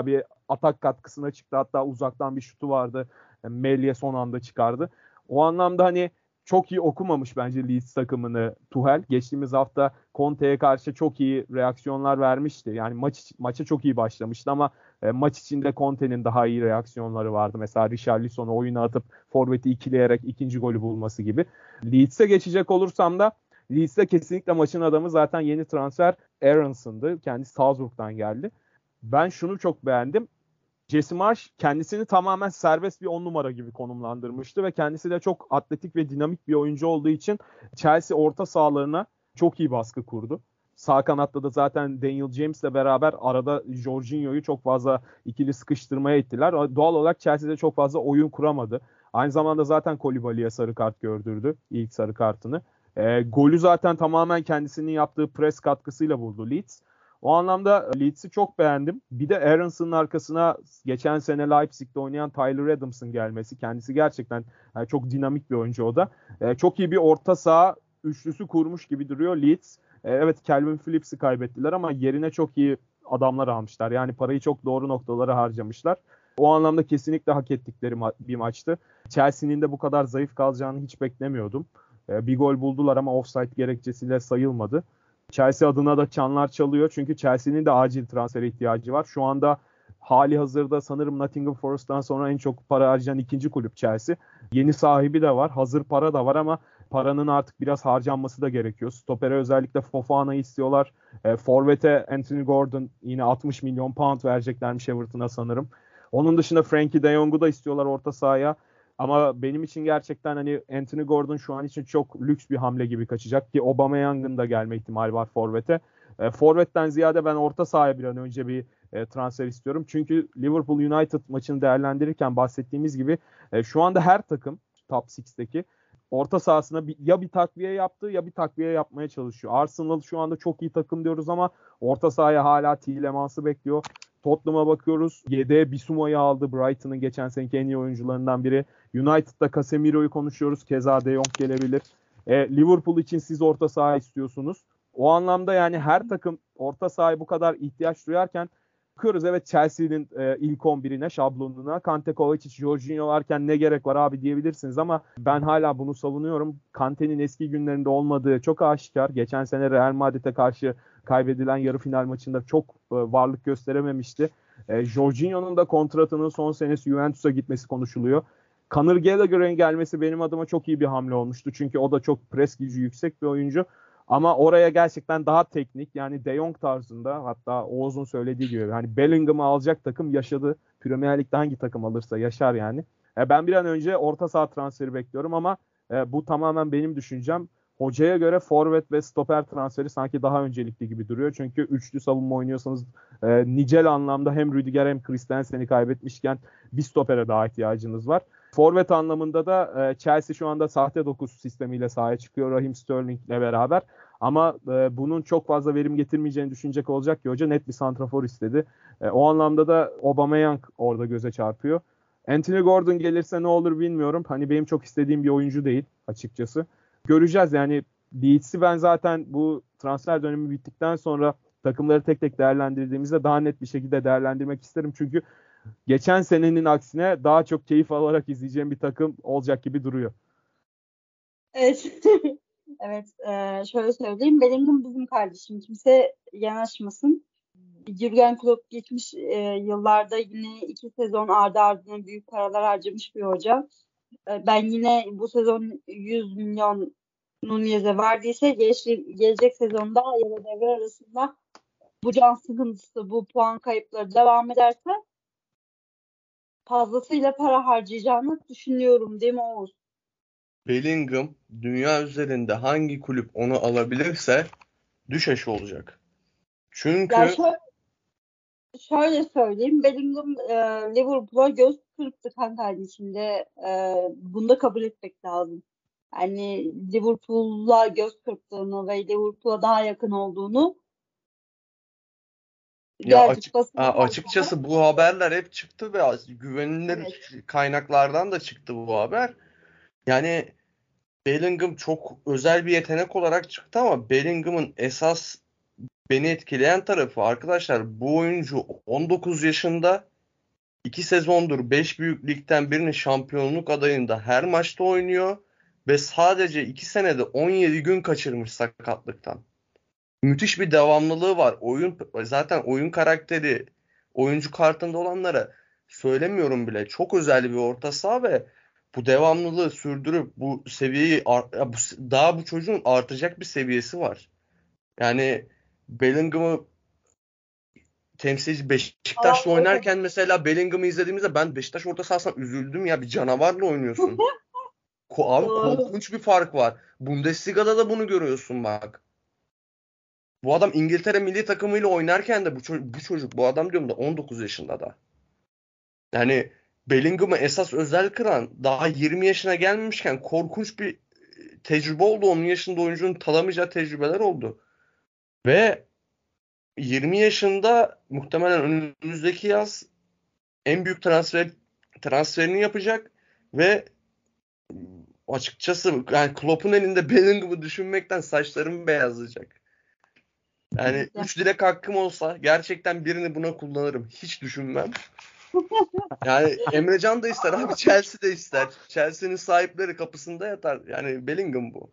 atak katkısına çıktı. Hatta uzaktan bir şutu vardı. Yani Melli'ye son anda çıkardı. O anlamda hani çok iyi okumamış bence Leeds takımını Tuchel. Geçtiğimiz hafta Conte'ye karşı çok iyi reaksiyonlar vermişti. Yani maç maça çok iyi başlamıştı ama e, maç içinde Conte'nin daha iyi reaksiyonları vardı. Mesela Richarlison'u oyuna atıp forveti ikileyerek ikinci golü bulması gibi. Leeds'e geçecek olursam da Leeds'te kesinlikle maçın adamı zaten yeni transfer Aaronson'dı. Kendisi Salzburg'dan geldi. Ben şunu çok beğendim. Jesse Marsch kendisini tamamen serbest bir on numara gibi konumlandırmıştı ve kendisi de çok atletik ve dinamik bir oyuncu olduğu için Chelsea orta sahalarına çok iyi baskı kurdu. Sağ kanatta da zaten Daniel James'le beraber arada Jorginho'yu çok fazla ikili sıkıştırmaya ittiler. Doğal olarak Chelsea'de çok fazla oyun kuramadı. Aynı zamanda zaten Koulibaly'ye sarı kart gördürdü. İlk sarı kartını. E, golü zaten tamamen kendisinin yaptığı pres katkısıyla buldu Leeds. O anlamda Leeds'i çok beğendim. Bir de Aaronson'un arkasına geçen sene Leipzig'te oynayan Tyler Adams'ın gelmesi. Kendisi gerçekten yani çok dinamik bir oyuncu o da. E, çok iyi bir orta saha üçlüsü kurmuş gibi duruyor Leeds. E, evet Calvin Phillips'i kaybettiler ama yerine çok iyi adamlar almışlar. Yani parayı çok doğru noktalara harcamışlar. O anlamda kesinlikle hak ettikleri ma- bir maçtı. Chelsea'nin de bu kadar zayıf kalacağını hiç beklemiyordum. E, bir gol buldular ama offside gerekçesiyle sayılmadı. Chelsea adına da çanlar çalıyor. Çünkü Chelsea'nin de acil transfere ihtiyacı var. Şu anda hali hazırda sanırım Nottingham Forest'tan sonra en çok para harcayan ikinci kulüp Chelsea. Yeni sahibi de var. Hazır para da var ama paranın artık biraz harcanması da gerekiyor. Stopere özellikle Fofana'yı istiyorlar. E, Forvet'e Anthony Gordon yine altmış milyon pound vereceklermiş Everton'a sanırım. Onun dışında Frankie de Jong'u da istiyorlar orta sahaya. Ama benim için gerçekten hani Anthony Gordon şu an için çok lüks bir hamle gibi kaçacak ki Aubameyang'ın da gelme ihtimali var forvete. E, forvetten ziyade ben orta sahaya bir an önce bir e, transfer istiyorum. Çünkü Liverpool United maçını değerlendirirken bahsettiğimiz gibi e, şu anda her takım top altıdaki orta sahasına bir, ya bir takviye yaptı ya bir takviye yapmaya çalışıyor. Arsenal şu anda çok iyi takım diyoruz ama orta sahaya hala Tielemans'ı bekliyor. Tottenham'a bakıyoruz. Yedeğe Bissuma'yı aldı. Brighton'ın geçen seneki en iyi oyuncularından biri. United'da Casemiro'yu konuşuyoruz. Keza De Jong gelebilir. E, Liverpool için siz orta saha istiyorsunuz. O anlamda yani her takım orta sahaya bu kadar ihtiyaç duyarken bakıyoruz evet Chelsea'nin e, ilk on birine, şablonuna Kante, Kovacic, Jorginho varken ne gerek var abi diyebilirsiniz ama ben hala bunu savunuyorum. Kante'nin eski günlerinde olmadığı çok aşikar. Geçen sene Real Madrid'e karşı kaybedilen yarı final maçında çok e, varlık gösterememişti. E, Jorginho'nun da kontratının son senesi Juventus'a gitmesi konuşuluyor. Conor Gallagher'ın gelmesi benim adıma çok iyi bir hamle olmuştu. Çünkü o da çok pres gücü yüksek bir oyuncu. Ama oraya gerçekten daha teknik yani De Jong tarzında hatta Oğuz'un söylediği gibi hani Bellingham'ı alacak takım yaşadı. Premier Lig'de hangi takım alırsa yaşar yani. E, ben bir an önce orta saha transferi bekliyorum ama e, bu tamamen benim düşüncem. Hocaya göre forvet ve stoper transferi sanki daha öncelikli gibi duruyor. Çünkü üçlü savunma oynuyorsanız e, nicel anlamda hem Rüdiger hem Christensen'i kaybetmişken bir stopere daha ihtiyacınız var. Forvet anlamında da e, Chelsea şu anda sahte dokuz sistemiyle sahaya çıkıyor Raheem Sterling'le beraber. Ama e, bunun çok fazla verim getirmeyeceğini düşünecek olacak ki hoca net bir santrafor istedi. E, o anlamda da Aubameyang orada göze çarpıyor. Anthony Gordon gelirse ne olur bilmiyorum. Hani benim çok istediğim bir oyuncu değil açıkçası. Göreceğiz yani Leeds'i ben zaten bu transfer dönemi bittikten sonra takımları tek tek değerlendirdiğimizde daha net bir şekilde değerlendirmek isterim. Çünkü geçen senenin aksine daha çok keyif alarak izleyeceğim bir takım olacak gibi duruyor. Evet. Evet. E, şöyle söyleyeyim. Bellingham bizim kardeşim. Kimse yanaşmasın. Jürgen Klopp geçmiş e, yıllarda yine iki sezon ardı ardına büyük paralar harcamış bir hoca. E, ben yine bu sezon yüz milyon Nunez'e verdiyse gelecek, gelecek sezonda ya da devre arasında bu can sıkıntısı, bu puan kayıpları devam ederse fazlasıyla para harcayacağını düşünüyorum değil mi Oğuz? Bellingham dünya üzerinde hangi kulüp onu alabilirse düşeş olacak. Çünkü Ya şöyle, şöyle söyleyeyim. Bellingham e, Liverpool'a göz kırptı kanka içinde. E, bunu da kabul etmek lazım. Yani Liverpool'a göz kırptığını ve Liverpool'a daha yakın olduğunu ya birazcık açık basın a- konuşmaları. açıkçası bu haberler hep çıktı ve güvenilir Evet. kaynaklardan da çıktı bu haber. Yani Bellingham çok özel bir yetenek olarak çıktı ama Bellingham'ın esas beni etkileyen tarafı arkadaşlar bu oyuncu on dokuz yaşında iki sezondur beş büyük ligden birinin şampiyonluk adayında her maçta oynuyor ve sadece iki senede on yedi gün kaçırmış sakatlıktan. Müthiş bir devamlılığı var. Oyun zaten oyun karakteri, oyuncu kartında olanlara söylemiyorum bile. Çok özel bir orta saha ve bu devamlılığı sürdürüp bu seviyeyi art- ya bu, daha bu çocuğun artacak bir seviyesi var. Yani Bellingham'ı temsilci Beşiktaş'la Alanlar kadar. oynarken mesela Bellingham'ı izlediğimizde ben Beşiktaş orta sahasına üzüldüm ya. Bir canavarla oynuyorsun. Ko abi Doğru. korkunç bir fark var. Bundesliga'da da bunu görüyorsun bak. Bu adam İngiltere milli takımıyla oynarken de bu, ço- bu çocuk, bu adam diyorum da on dokuz yaşında da. Yani Bellingham'ı esas özel kılan daha yirmi yaşına gelmemişken korkunç bir e, tecrübe oldu. Onun yaşında oyuncunun tadamayacağı tecrübeler oldu. Ve yirmi yaşında muhtemelen önümüzdeki yaz en büyük transfer transferini yapacak ve açıkçası yani Klopp'un elinde Bellingham'ı düşünmekten saçlarım beyazlayacak. Yani Kesinlikle. üç dilek hakkım olsa gerçekten birini buna kullanırım. Hiç düşünmem. Yani Emrecan da ister abi, Chelsea de ister. Chelsea'nin sahipleri kapısında yatar. Yani Bellingham bu.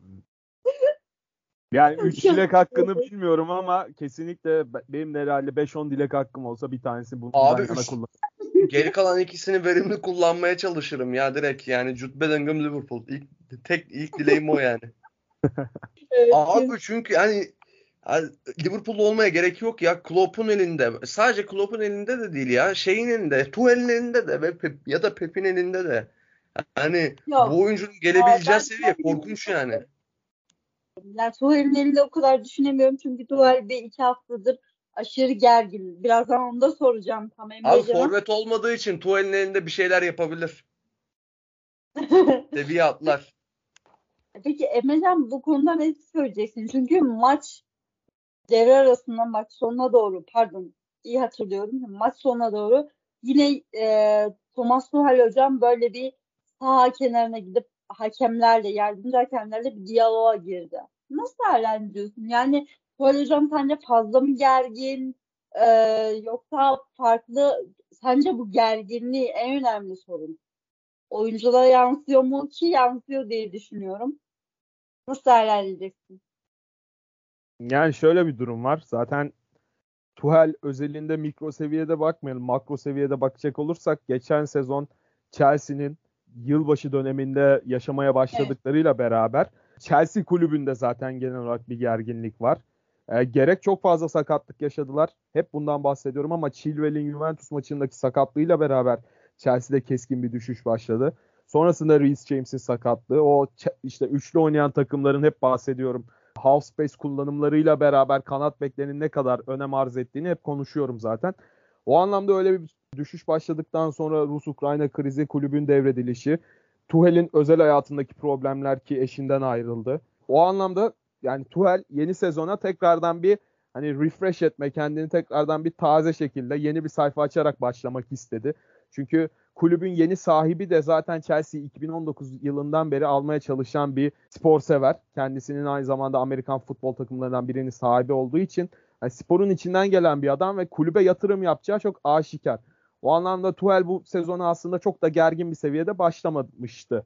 Yani üç Çok dilek hakkını bilmiyorum ama kesinlikle be- benim de herhalde beş on dilek hakkım olsa bir tanesi bundan Abi yana üç, kullanırım. geri kalan ikisini verimli kullanmaya çalışırım ya direkt. Yani Jude Bellingham Liverpool. İlk, tek ilk dileğim o yani. evet, Abi kesin. çünkü hani yani Liverpool'da olmaya gerek yok ya. Klopp'un elinde. Sadece Klopp'un elinde de değil ya. Şeyin elinde. Tuchel'in elinde de ve Pep, ya da Pep'in elinde de. Hani bu Yok. oyuncunun Aa, gelebileceği ben seviye Tuval'in elinde korkunç çok yani. yani Tuval'in elinde o kadar düşünemiyorum çünkü Tuval bir iki haftadır aşırı gergin. Birazdan onu da soracağım tam Abi Emrecan'a. forvet olmadığı için Tuchel'in elinde bir şeyler yapabilir. Seviye atlar. Peki Emrecan bu konuda ne söyleyeceksin? Çünkü maç devre arasında maç sonuna doğru pardon iyi hatırlıyorum. Maç sonuna doğru yine e, Thomas Tuchel hocam böyle bir saha kenarına gidip hakemlerle, yardımcı hakemlerle bir diyaloğa girdi. Nasıl değerlendiriyorsun? Yani Tuchel hocam sence fazla mı gergin e, yoksa farklı sence bu gerginliği en önemli sorun oyunculara yansıyor mu ki yansıyor diye düşünüyorum. Nasıl değerlendireceksin? Yani şöyle bir durum var. Zaten Tuchel özelinde mikro seviyede bakmayalım. Makro seviyede bakacak olursak geçen sezon Chelsea'nin yılbaşı döneminde yaşamaya Evet. başladıklarıyla beraber Chelsea kulübünde zaten genel olarak bir gerginlik var. E, gerek çok fazla sakatlık yaşadılar. Hep bundan bahsediyorum ama Chilwell'in Juventus maçındaki sakatlığıyla beraber Chelsea'de keskin bir düşüş başladı. Sonrasında Reece James'in sakatlığı, o işte üçlü oynayan takımların hep bahsediyorum half space kullanımlarıyla beraber kanat beklerinin ne kadar önem arz ettiğini hep konuşuyorum zaten. O anlamda öyle bir düşüş başladıktan sonra Rus-Ukrayna krizi, kulübün devredilişi, Tuchel'in özel hayatındaki problemler ki eşinden ayrıldı. O anlamda yani Tuchel yeni sezona tekrardan bir hani refresh etme, kendini tekrardan bir taze şekilde yeni bir sayfa açarak başlamak istedi. Çünkü kulübün yeni sahibi de zaten Chelsea iki bin on dokuz yılından beri almaya çalışan bir spor sever. Kendisinin aynı zamanda Amerikan futbol takımlarından birinin sahibi olduğu için yani sporun içinden gelen bir adam ve kulübe yatırım yapacağı çok aşikar. O anlamda Tuchel bu sezonu aslında çok da gergin bir seviyede başlamamıştı.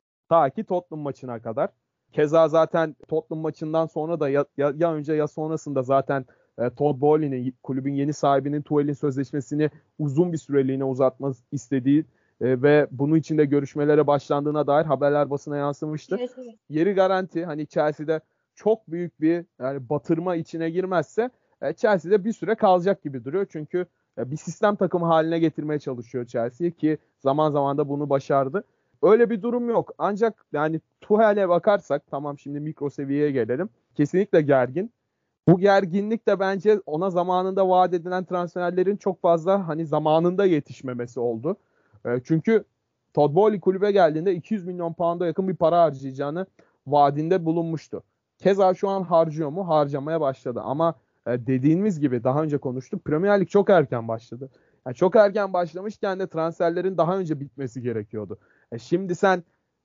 Ta ki Tottenham maçına kadar. Keza zaten Tottenham maçından sonra da ya, ya, ya önce ya sonrasında zaten e, Todd Bowley'nin kulübün yeni sahibinin Tuchel'in sözleşmesini uzun bir süreliğine uzatmak istediği e, ve bunun için de görüşmelere başlandığına dair haberler basına yansımıştı. Evet, evet. Yeri garanti hani Chelsea'de çok büyük bir yani batırma içine girmezse e, Chelsea'de bir süre kalacak gibi duruyor. Çünkü e, bir sistem takımı haline getirmeye çalışıyor Chelsea ki zaman zaman da bunu başardı. Öyle bir durum yok. Ancak yani Tuchel'e bakarsak tamam şimdi mikro seviyeye gelelim. Kesinlikle gergin. Bu gerginlik de bence ona zamanında vaat edilen transferlerin çok fazla hani zamanında yetişmemesi oldu. E, çünkü Todd Bowley kulübe geldiğinde iki yüz milyon pound'a yakın bir para harcayacağını vaadinde bulunmuştu. Keza şu an harcıyor mu? Harcamaya başladı. Ama e, dediğimiz gibi daha önce konuştuk. Premier Lig çok erken başladı. Yani çok erken başlamışken de transferlerin daha önce bitmesi gerekiyordu. E, şimdi sen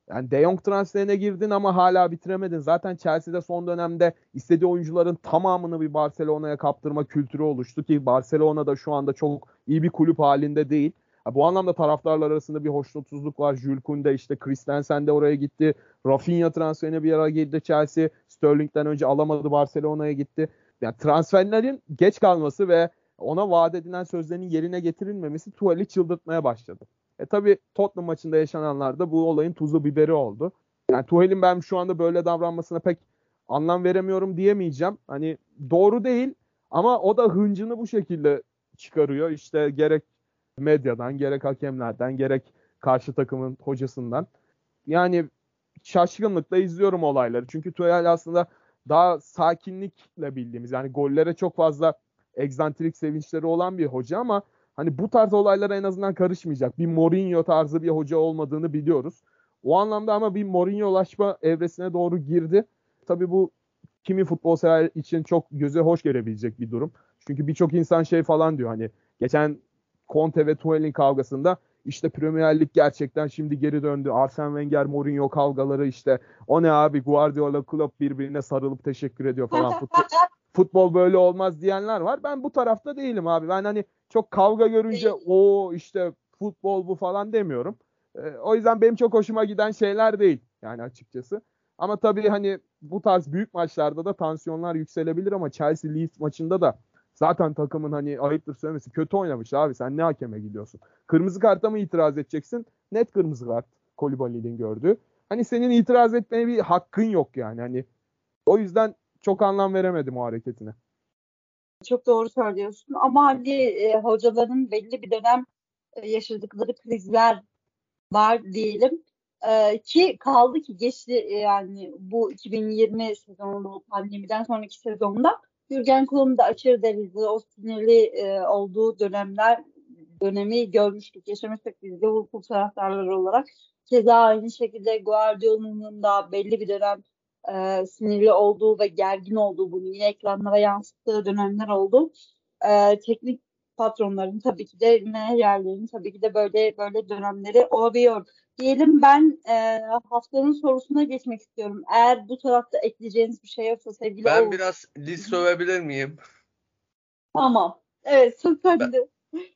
Yani De Jong transferine girdin ama hala bitiremedin. Zaten Chelsea'de son dönemde istediği oyuncuların tamamını bir Barcelona'ya kaptırma kültürü oluştu ki Barcelona da şu anda çok iyi bir kulüp halinde değil. Ha, bu anlamda taraftarlar arasında bir hoşnutsuzluk var. Jules Koundé, işte Christensen de oraya gitti. Rafinha transferine bir ara girdi Chelsea. Sterling'den önce alamadı, Barcelona'ya gitti. Yani transferlerin geç kalması ve ona vaat edilen sözlerin yerine getirilmemesi Tuchel'i çıldırtmaya başladı. E tabii Tottenham maçında yaşananlar da bu olayın tuzu biberi oldu. Yani Tuchel'in ben şu anda böyle davranmasına pek anlam veremiyorum diyemeyeceğim. Hani doğru değil ama o da hıncını bu şekilde çıkarıyor. İşte gerek medyadan, gerek hakemlerden, gerek karşı takımın hocasından. Yani şaşkınlıkla izliyorum olayları. Çünkü Tuchel aslında daha sakinlikle bildiğimiz, yani gollere çok fazla egzantrik sevinçleri olan bir hoca ama hani bu tarz olaylara en azından karışmayacak. Bir Mourinho tarzı bir hoca olmadığını biliyoruz. O anlamda ama bir Mourinho'laşma evresine doğru girdi. Tabii bu kimi futbol sever için çok göze hoş gelebilecek bir durum. Çünkü birçok insan şey falan diyor, hani geçen Conte ve Tuchel'in kavgasında işte Premier Lig gerçekten şimdi geri döndü. Arsene Wenger, Mourinho kavgaları, işte o ne abi, Guardiola, Klopp birbirine sarılıp teşekkür ediyor falan. Futbol, futbol böyle olmaz diyenler var. Ben bu tarafta değilim abi. Ben hani çok kavga görünce o işte futbol bu falan demiyorum. Ee, o yüzden benim çok hoşuma giden şeyler değil yani açıkçası. Ama tabii hani bu tarz büyük maçlarda da tansiyonlar yükselebilir ama Chelsea Leeds maçında da zaten takımın, hani ayıptır söylemesi, kötü oynamış abi. Sen ne hakeme gidiyorsun? Kırmızı karta mı itiraz edeceksin? Net kırmızı kart Koulibaly'nin gördüğü. Hani senin itiraz etmeye bir hakkın yok yani. Hani o yüzden çok anlam veremedim o hareketine. Çok doğru söylüyorsun ama hani e, hocaların belli bir dönem e, yaşadıkları krizler var diyelim. E, ki kaldı ki geçti, e, yani bu iki bin yirmi sezonunda, pandemiden sonraki sezonda Jürgen Klopp'un da aşırı derecede o sinirli e, olduğu dönemler dönemi görmüştük, yaşamıştık biz Liverpool taraftarları olarak. Keza aynı şekilde Guardiola'nın da belli bir dönem e, sinirli olduğu ve gergin olduğu, bunu yine ekranlara yansıttığı dönemler oldu. E, teknik patronların tabii ki de menajerlerin tabii ki de böyle böyle dönemleri olabiliyor. Diyelim, ben e, haftanın sorusuna geçmek istiyorum. Eğer bu tarafta ekleyeceğiniz bir şey yoksa sevgili Ben Oğuz. biraz Liz sövebilir miyim? Tamam. Evet, söz Ben, sende.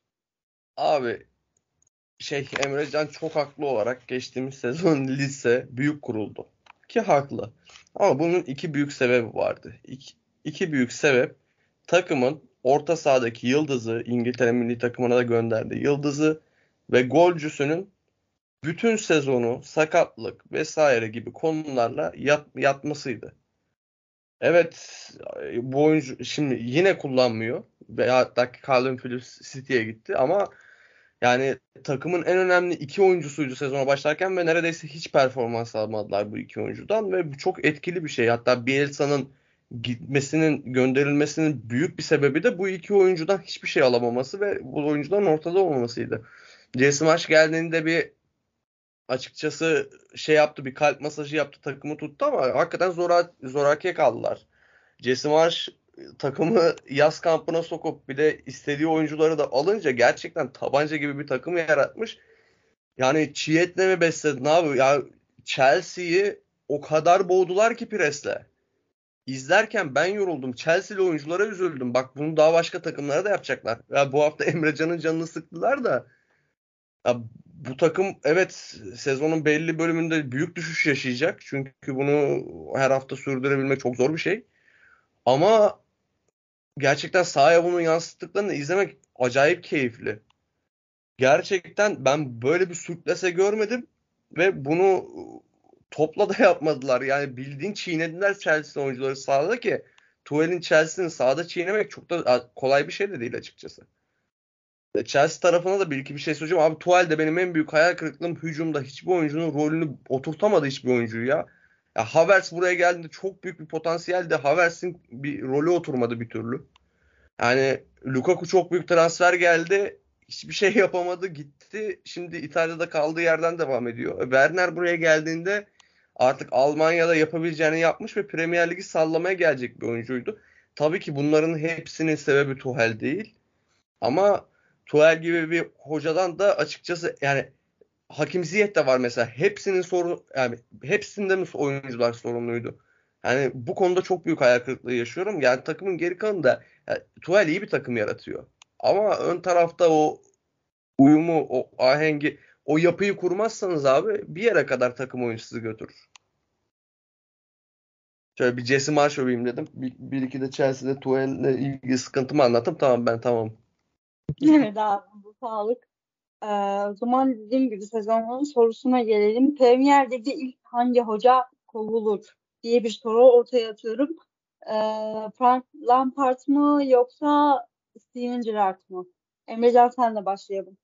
abi şey Emrecan çok haklı olarak geçtiğimiz sezon lise büyük kuruldu. Ki haklı. Ama bunun iki büyük sebebi vardı. İki, iki büyük sebep, takımın orta sahadaki yıldızı, İngiltere milli takımına da gönderdi yıldızı ve golcüsünün bütün sezonu sakatlık vesaire gibi konularla yat, yatmasıydı. Evet, bu oyuncu şimdi yine kullanmıyor ve hatta Calvin Phillips City'ye gitti ama yani takımın en önemli iki oyuncusuydu sezona başlarken ve neredeyse hiç performans almadılar bu iki oyuncudan ve bu çok etkili bir şey. Hatta Bielsa'nın gitmesinin, gönderilmesinin büyük bir sebebi de bu iki oyuncudan hiçbir şey alamaması ve bu oyuncuların ortada olmamasıydı. Jason Marsh geldiğinde bir açıkçası şey yaptı, bir kalp masajı yaptı, takımı tuttu ama hakikaten zora, zoraki kaldılar. Jason Marsh takımı yaz kampına sokup bir de istediği oyuncuları da alınca gerçekten tabanca gibi bir takım yaratmış. Yani çiğ etle mi besledi ne yapıyor? Ya Chelsea'yi o kadar boğdular ki presle. İzlerken ben yoruldum. Chelsea'li oyunculara üzüldüm. Bak bunu daha başka takımlara da yapacaklar. Ya bu hafta Emre Can'ın canını sıktılar da. Ya bu takım evet sezonun belli bölümünde büyük düşüş yaşayacak. Çünkü bunu her hafta sürdürebilmek çok zor bir şey. Ama gerçekten sahaya bunu yansıttıklarını izlemek acayip keyifli. Gerçekten ben böyle bir sürklese görmedim ve bunu topla da yapmadılar. Yani bildiğin çiğnediler Chelsea oyuncuları sahada ki Tuchel'in Chelsea'nin sahada çiğnemek çok da kolay bir şey de değil açıkçası. Chelsea tarafına da bir iki bir şey söyleyeceğim. Abi Tuchel de benim en büyük hayal kırıklığım, hücumda hiçbir oyuncunun rolünü oturtamadı hiçbir oyuncuyu ya. Ya Havertz buraya geldiğinde çok büyük bir potansiyeldi. Havertz'in bir rolü oturmadı bir türlü. Yani Lukaku çok büyük transfer geldi. Hiçbir şey yapamadı, gitti. Şimdi İtalya'da kaldığı yerden devam ediyor. Werner buraya geldiğinde artık Almanya'da yapabileceğini yapmış ve Premier Ligi sallamaya gelecek bir oyuncuydu. Tabii ki bunların hepsinin sebebi Tuchel değil. Ama Tuchel gibi bir hocadan da açıkçası yani Hakim Ziyech de var mesela. Hepsinin sorun yani hepsinde mi oyuncular sorumluydu? Yani bu konuda çok büyük hayal kırıklığı yaşıyorum. Yani takımın geri kalanında yani, Tuchel iyi bir takım yaratıyor. Ama ön tarafta o uyumu, o ahengi, o yapıyı kurmazsanız abi bir yere kadar takım oyuncusu götürür. Şöyle bir Jesse Marsh öveyim dedim. Bir, bir iki de Chelsea'de Tuchel'le ilgili sıkıntımı anlattım. Tamam ben tamam. Evet abi, bu sağlık. Ee, o zaman dediğim gibi sezonun sorusuna gelelim. Premier Lig'de ilk hangi hoca kovulur diye bir soru ortaya atıyorum. Ee, Frank Lampard mı yoksa Steven Gerrard mı? Emrecan, senle başlayalım.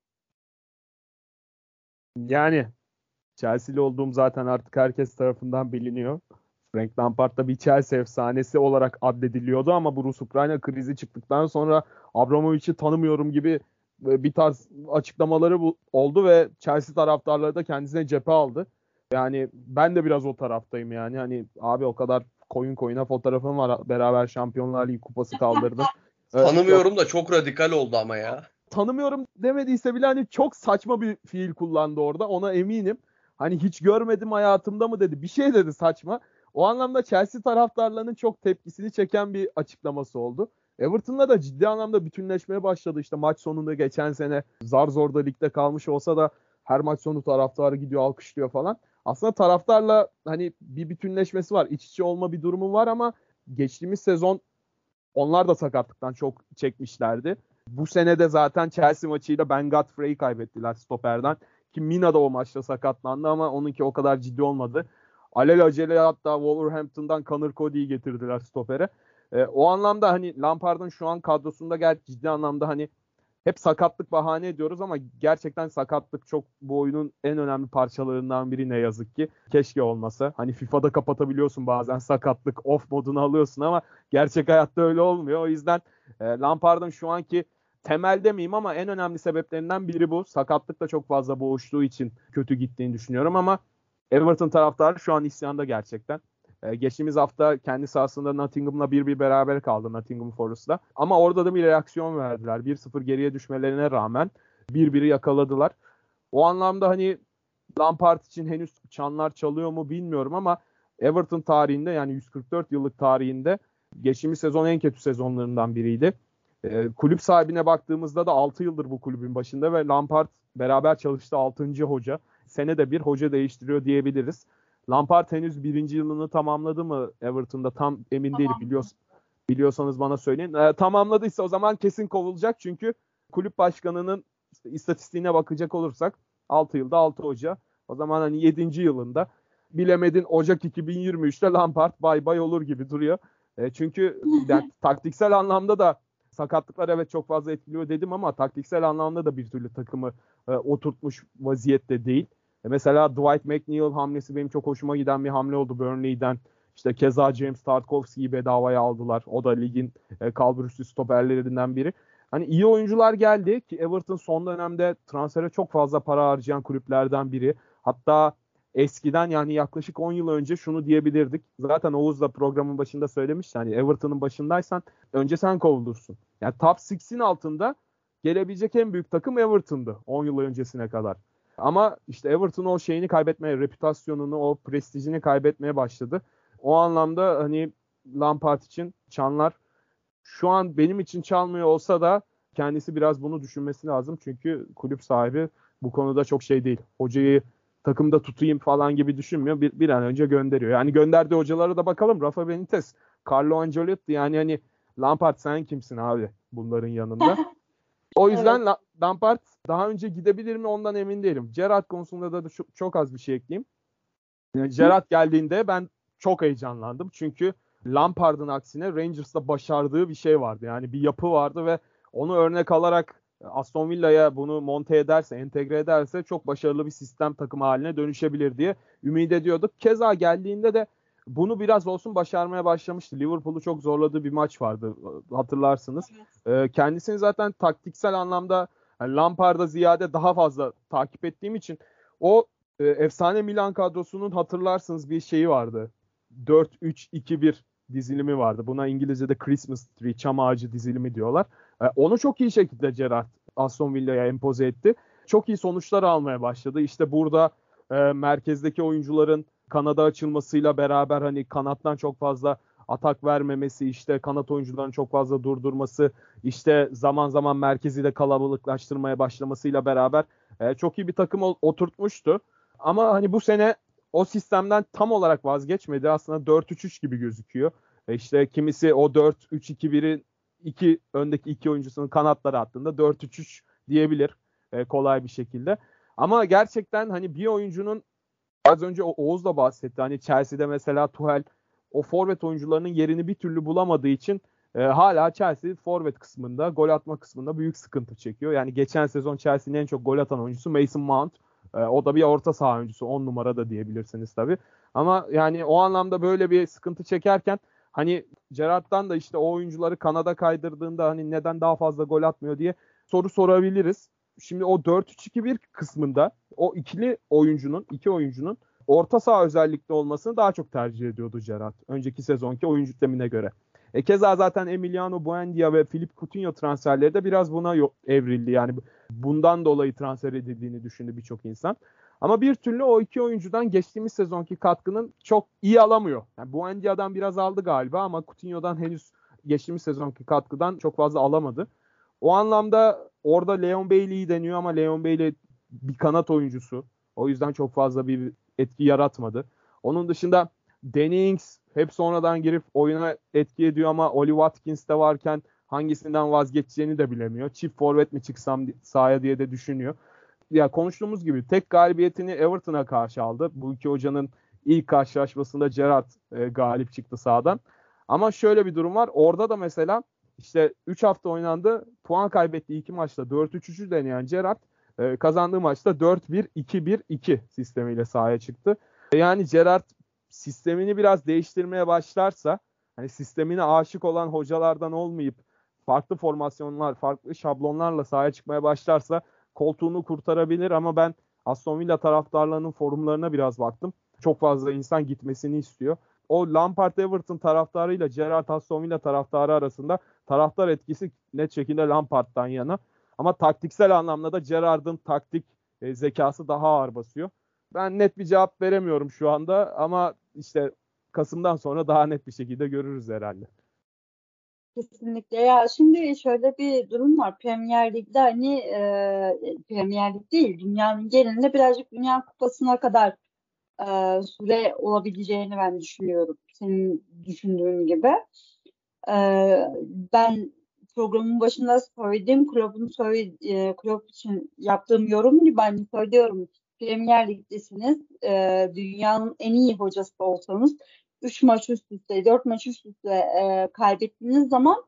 Yani Chelsea'li olduğum zaten artık herkes tarafından biliniyor. Frank Lampard da bir Chelsea efsanesi olarak addediliyordu ama bu Rus-Ukrayna krizi çıktıktan sonra Abramovich'i tanımıyorum gibi bir tarz açıklamaları bu, oldu ve Chelsea taraftarları da kendisine cephe aldı. Yani ben de biraz o taraftayım yani. Hani abi o kadar koyun koyuna fotoğrafım var. Beraber Şampiyonlar Ligi kupası kaldırdık. Ee, yok, Tanımıyorum da çok radikal oldu ama ya. tanımıyorum demediyse bile hani çok saçma bir fiil kullandı orada. Ona eminim. Hani hiç görmedim hayatımda mı dedi. Bir şey dedi saçma. O anlamda Chelsea taraftarlarının çok tepkisini çeken bir açıklaması oldu. Everton'la da ciddi anlamda bütünleşmeye başladı. İşte maç sonunda geçen sene zar zor da ligde kalmış olsa da her maç sonu taraftarı gidiyor alkışlıyor falan. Aslında taraftarla hani bir bütünleşmesi var. İç içe olma bir durumu var ama geçtiğimiz sezon onlar da sakatlıktan çok çekmişlerdi. Bu sene de zaten Chelsea maçıyla Ben Godfrey'i kaybettiler stoperden. Ki Mina da o maçta sakatlandı ama onunki o kadar ciddi olmadı. Alelacele hatta Wolverhampton'dan Connor Cody'yi getirdiler stopere. E, o anlamda hani Lampard'ın şu an kadrosunda gel ciddi anlamda hani hep sakatlık bahane ediyoruz ama gerçekten sakatlık çok bu oyunun en önemli parçalarından biri ne yazık ki. Keşke olmasa. Hani FIFA'da kapatabiliyorsun bazen sakatlık off modunu alıyorsun ama gerçek hayatta öyle olmuyor. O yüzden e, Lampard'ın şu anki temel demeyeyim ama en önemli sebeplerinden biri bu. Sakatlıkla çok fazla boğuştuğu için kötü gittiğini düşünüyorum ama Everton taraftarı şu an isyanda gerçekten. Ee, geçtiğimiz hafta kendi sahasında Nottingham'la bir bir beraber kaldı Nottingham Forest'la. Ama orada da bir reaksiyon verdiler. bir sıfır geriye düşmelerine rağmen bir biri yakaladılar. O anlamda hani Lampard için henüz çanlar çalıyor mu bilmiyorum ama Everton tarihinde yani yüz kırk dört yıllık tarihinde geçtiğimiz sezon en kötü sezonlarından biriydi. Ee, kulüp sahibine baktığımızda da altı yıldır bu kulübün başında ve Lampard beraber çalıştı altıncı hoca. Senede bir hoca değiştiriyor diyebiliriz. Lampard henüz birinci yılını tamamladı mı Everton'da tam emin değilim. Tamam. Biliyorsun, biliyorsanız bana söyleyin. Ee, tamamladıysa o zaman kesin kovulacak çünkü kulüp başkanının işte istatistiğine bakacak olursak altı yılda altı hoca. O zaman hani yedinci yılında bilemedin Ocak iki bin yirmi üçte Lampard bay bay olur gibi duruyor. E, çünkü yani, taktiksel anlamda da sakatlıklar evet çok fazla etkiliyor dedim ama taktiksel anlamda da bir türlü takımı e, oturtmuş vaziyette değil. E, mesela Dwight McNeil hamlesi benim çok hoşuma giden bir hamle oldu Burnley'den. İşte keza James Tarkowski'yi bedavaya aldılar. O da ligin e, kalburüstü stoperlerinden biri. Hani iyi oyuncular geldi ki Everton son dönemde transfere çok fazla para harcayan kulüplerden biri. Hatta eskiden yani yaklaşık on yıl önce şunu diyebilirdik. Zaten Oğuz da programın başında söylemişti. Hani Everton'ın başındaysan önce sen kovulursun. Yani top altının altında gelebilecek en büyük takım Everton'dı on yıl öncesine kadar. Ama işte Everton o şeyini kaybetmeye, reputasyonunu, o prestijini kaybetmeye başladı. O anlamda hani Lampard için çanlar şu an benim için çalmıyor olsa da kendisi biraz bunu düşünmesi lazım. Çünkü kulüp sahibi bu konuda çok şey değil. Hocayı takımda tutayım falan gibi düşünmüyor. Bir, bir an önce gönderiyor. Yani gönderdiği hocalara da bakalım. Rafa Benitez, Carlo Ancelotti yani hani Lampard sen kimsin abi bunların yanında. O yüzden Evet. La- Lampard daha önce gidebilir mi ondan emin değilim. Gerrard konusunda da çok, çok az bir şey ekleyeyim. Yani Gerrard geldiğinde ben çok heyecanlandım. Çünkü Lampard'ın aksine Rangers'ta başardığı bir şey vardı. Yani bir yapı vardı ve onu örnek alarak Aston Villa'ya bunu monte ederse, entegre ederse çok başarılı bir sistem takımı haline dönüşebilir diye ümit ediyorduk. Keza geldiğinde de bunu biraz olsun başarmaya başlamıştı. Liverpool'u çok zorladığı bir maç vardı hatırlarsınız. Evet. Kendisini zaten taktiksel anlamda yani Lampard'a ziyade daha fazla takip ettiğim için o e, efsane Milan kadrosunun hatırlarsınız bir şeyi vardı. dört üç iki bir dizilimi vardı. Buna İngilizce'de Christmas Tree, çam ağacı dizilimi diyorlar. E, onu çok iyi şekilde Gerrard Aston Villa'ya empoze etti. çok iyi sonuçlar almaya başladı. İşte burada e, merkezdeki oyuncuların kanada açılmasıyla beraber hani kanattan çok fazla atak vermemesi, işte kanat oyuncularını çok fazla durdurması, işte zaman zaman merkezi de kalabalıklaştırmaya başlamasıyla beraber e, çok iyi bir takım oturtmuştu. Ama hani bu sene o sistemden tam olarak vazgeçmedi. Aslında dört üç üç gibi gözüküyor. E işte kimisi o dört üç iki bir'in iki öndeki iki oyuncusunun kanatları attığında dört üç üç diyebilir e, kolay bir şekilde. Ama gerçekten hani bir oyuncunun, az önce Oğuz da bahsetti. Hani Chelsea'de mesela Tuchel o forvet oyuncularının yerini bir türlü bulamadığı için e, hala Chelsea forvet kısmında, gol atma kısmında büyük sıkıntı çekiyor. Yani geçen sezon Chelsea'nin en çok gol atan oyuncusu Mason Mount. E, o da bir orta saha oyuncusu. on numara da diyebilirsiniz tabii. Ama yani o anlamda böyle bir sıkıntı çekerken hani Gerrard'dan da işte o oyuncuları kanada kaydırdığında hani neden daha fazla gol atmıyor diye soru sorabiliriz. Şimdi o dört üç iki bir kısmında o ikili oyuncunun, iki oyuncunun orta saha özellikle olmasını daha çok tercih ediyordu Gerrard. Önceki sezonki oyuncu sistemine göre. E keza zaten Emiliano Buendia ve Philippe Coutinho transferleri de biraz buna evrildi. Yani bundan dolayı transfer edildiğini düşündü birçok insan. Ama bir türlü o iki oyuncudan geçtiğimiz sezonki katkının çok iyi alamıyor. Yani Buendia'dan biraz aldı galiba ama Coutinho'dan henüz geçtiğimiz sezonki katkıdan çok fazla alamadı. O anlamda orada Leon Bailey'i deniyor ama Leon Bailey bir kanat oyuncusu. O yüzden çok fazla bir etki yaratmadı. Onun dışında Danny Ings hep sonradan girip oyuna etki ediyor ama Oli Watkins de varken hangisinden vazgeçeceğini de bilemiyor. Çift forvet mi çıksam sahaya diye de düşünüyor. Ya konuştuğumuz gibi tek galibiyetini Everton'a karşı aldı. Bu iki hocanın ilk karşılaşmasında Gerrard e, galip çıktı sahadan. Ama şöyle bir durum var. Orada da mesela işte üç hafta oynandı. Puan kaybettiği iki maçta dört üç üç'ü deneyen Gerrard e, kazandığı maçta dört bir iki bir iki sistemiyle sahaya çıktı. E, yani Gerrard sistemini biraz değiştirmeye başlarsa, hani sistemine aşık olan hocalardan olmayıp farklı formasyonlar, farklı şablonlarla sahaya çıkmaya başlarsa koltuğunu kurtarabilir ama ben Aston Villa taraftarlarının forumlarına biraz baktım. Çok fazla insan gitmesini istiyor. O Lampard Everton taraftarıyla Gerrard Aston Villa taraftarı arasında taraftar etkisi net şekilde Lampard'dan yana. Ama taktiksel anlamda da Gerrard'ın taktik e, zekası daha ağır basıyor. Ben net bir cevap veremiyorum şu anda ama işte Kasım'dan sonra daha net bir şekilde görürüz herhalde. Kesinlikle. Ya şimdi şöyle bir durum var. Premier Lig'de hani e, Premier Lig değil, dünyanın genelinde birazcık Dünya Kupası'na kadar e, süre olabileceğini ben düşünüyorum. Senin düşündüğün gibi. E, Ben programın başında söylediğim kulübün söyle, e, kulüp için yaptığım yorum gibi ben söylüyorum. Premier Lig'desiniz. E, dünyanın en iyi hocası da olsanız üç maç üst üste, dört maç üst üste e, kaybettiğiniz zaman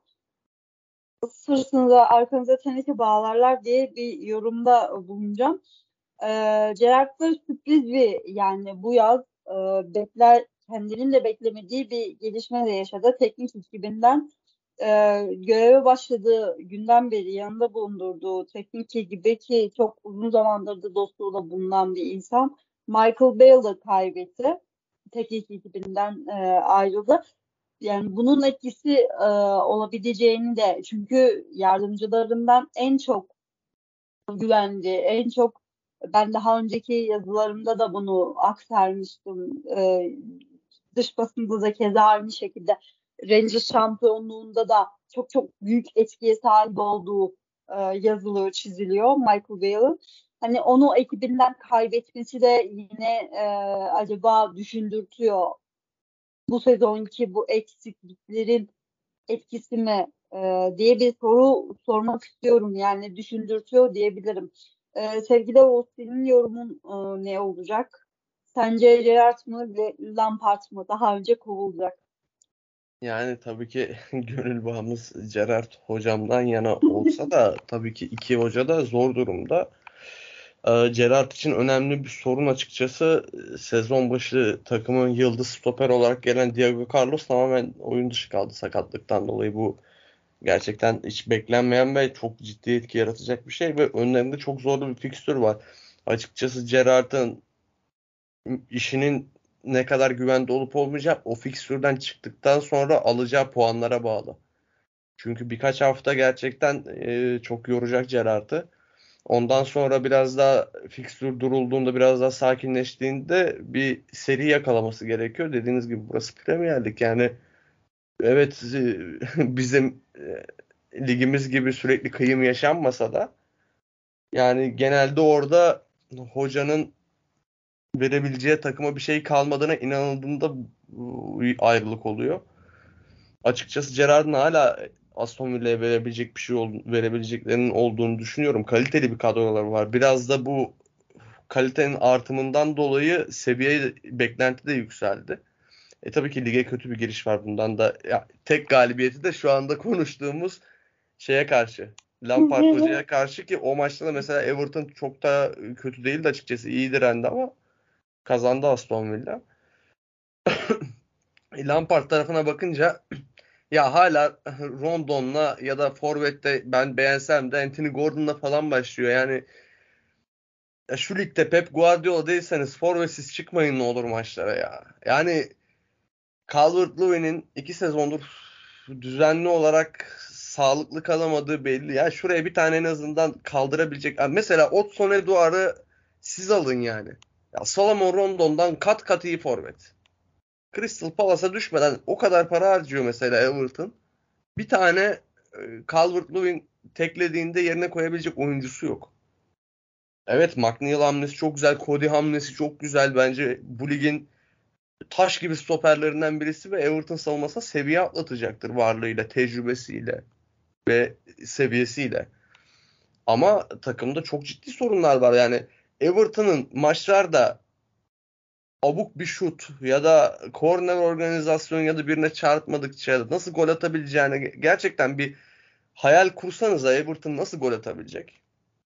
sırtınıza, arkanıza teneke bağlarlar diye bir yorumda bulunacağım. E, Gerrard da sürpriz bir, yani bu yaz e, bekler kendinin de beklemediği bir gelişme de yaşadı. Teknik ekibinden e, göreve başladığı günden beri yanında bulundurduğu teknik ekibi, ki çok uzun zamandır da dostluğuyla bulunan bir insan, Michael Bale'ı kaybetti. Teknik ekibinden e, ayrıldı. Yani bunun etkisi e, olabileceğini de, çünkü yardımcılarından en çok güvendi, en çok, ben daha önceki yazılarımda da bunu aktarmıştım. E, dış basında da keza aynı şekilde Rangers şampiyonluğunda da çok çok büyük etkiye sahip olduğu e, yazılıyor, çiziliyor Michael Bale'ın. Hani onu ekibinden kaybetmesi de yine e, acaba düşündürtüyor, bu sezonki bu eksikliklerin etkisi mi e, diye bir soru sormak istiyorum. Yani düşündürtüyor diyebilirim. E, sevgili Oğuz, senin yorumun e, ne olacak? Sence Gerrard mı ve Lampard mı daha önce kovulacak? Yani tabii ki gönül bağımız Gerrard hocamdan yana olsa da tabii ki iki hoca da zor durumda. Ee, Gerrard için önemli bir sorun açıkçası sezon başı takımın yıldız stoper olarak gelen Diego Carlos tamamen oyun dışı kaldı sakatlıktan dolayı. Bu gerçekten hiç beklenmeyen ve çok ciddi etki yaratacak bir şey ve önlerinde çok zorlu bir fikstür var. Açıkçası Gerrard'ın işinin ne kadar güvende olup olmayacak o fikstürden çıktıktan sonra alacağı puanlara bağlı. Çünkü birkaç hafta gerçekten e, çok yoracak Gerrard'ı. Ondan sonra biraz daha fikstür durulduğunda, biraz daha sakinleştiğinde bir seri yakalaması gerekiyor. Dediğiniz gibi burası Premier Lig. Yani evet, bizim ligimiz gibi sürekli kıyım yaşanmasa da yani genelde orada hocanın verebileceği takıma bir şey kalmadığına inanıldığında ayrılık oluyor. Açıkçası Gerrard'ın hala Aston Villa'ya verebilecek bir şey ol, verebileceklerinin olduğunu düşünüyorum. Kaliteli bir kadroları var. Biraz da bu kalitenin artımından dolayı seviye beklenti de yükseldi. E tabii ki lige kötü bir giriş var bundan da. Ya, tek galibiyeti de şu anda konuştuğumuz şeye karşı. Lampard hocaya karşı, ki o maçta da mesela Everton çok da kötü değildi açıkçası. İyi direndi ama kazandı Aston Villa. Lampard tarafına bakınca ya hala Rondon'la ya da Forvet'te ben beğensem de Anthony Gordon'la falan başlıyor. Yani ya şu ligde Pep Guardiola değilseniz forvetsiz çıkmayın ne olur maçlara ya. Yani Calvert-Lewin'in iki sezondur düzenli olarak sağlıklı kalamadığı belli. Ya şuraya bir tane en azından kaldırabilecek. Ya mesela Odson Eduard'ı siz alın yani. Ya Salomon Rondon'dan kat kat iyi forvet. Crystal Palace'a düşmeden o kadar para harcıyor mesela Everton. Bir tane e, Calvert-Lewin teklediğinde yerine koyabilecek oyuncusu yok. Evet, McNeil hamlesi çok güzel. Cody hamlesi çok güzel. Bence bu ligin taş gibi stoperlerinden birisi ve Everton savunmasına seviye atlatacaktır varlığıyla, tecrübesiyle ve seviyesiyle. Ama takımda çok ciddi sorunlar var. Yani Everton'ın maçlarda abuk bir şut ya da korner organizasyonu ya da birine çarpmadıkça nasıl gol atabileceğini gerçekten bir hayal kursanıza, Everton nasıl gol atabilecek?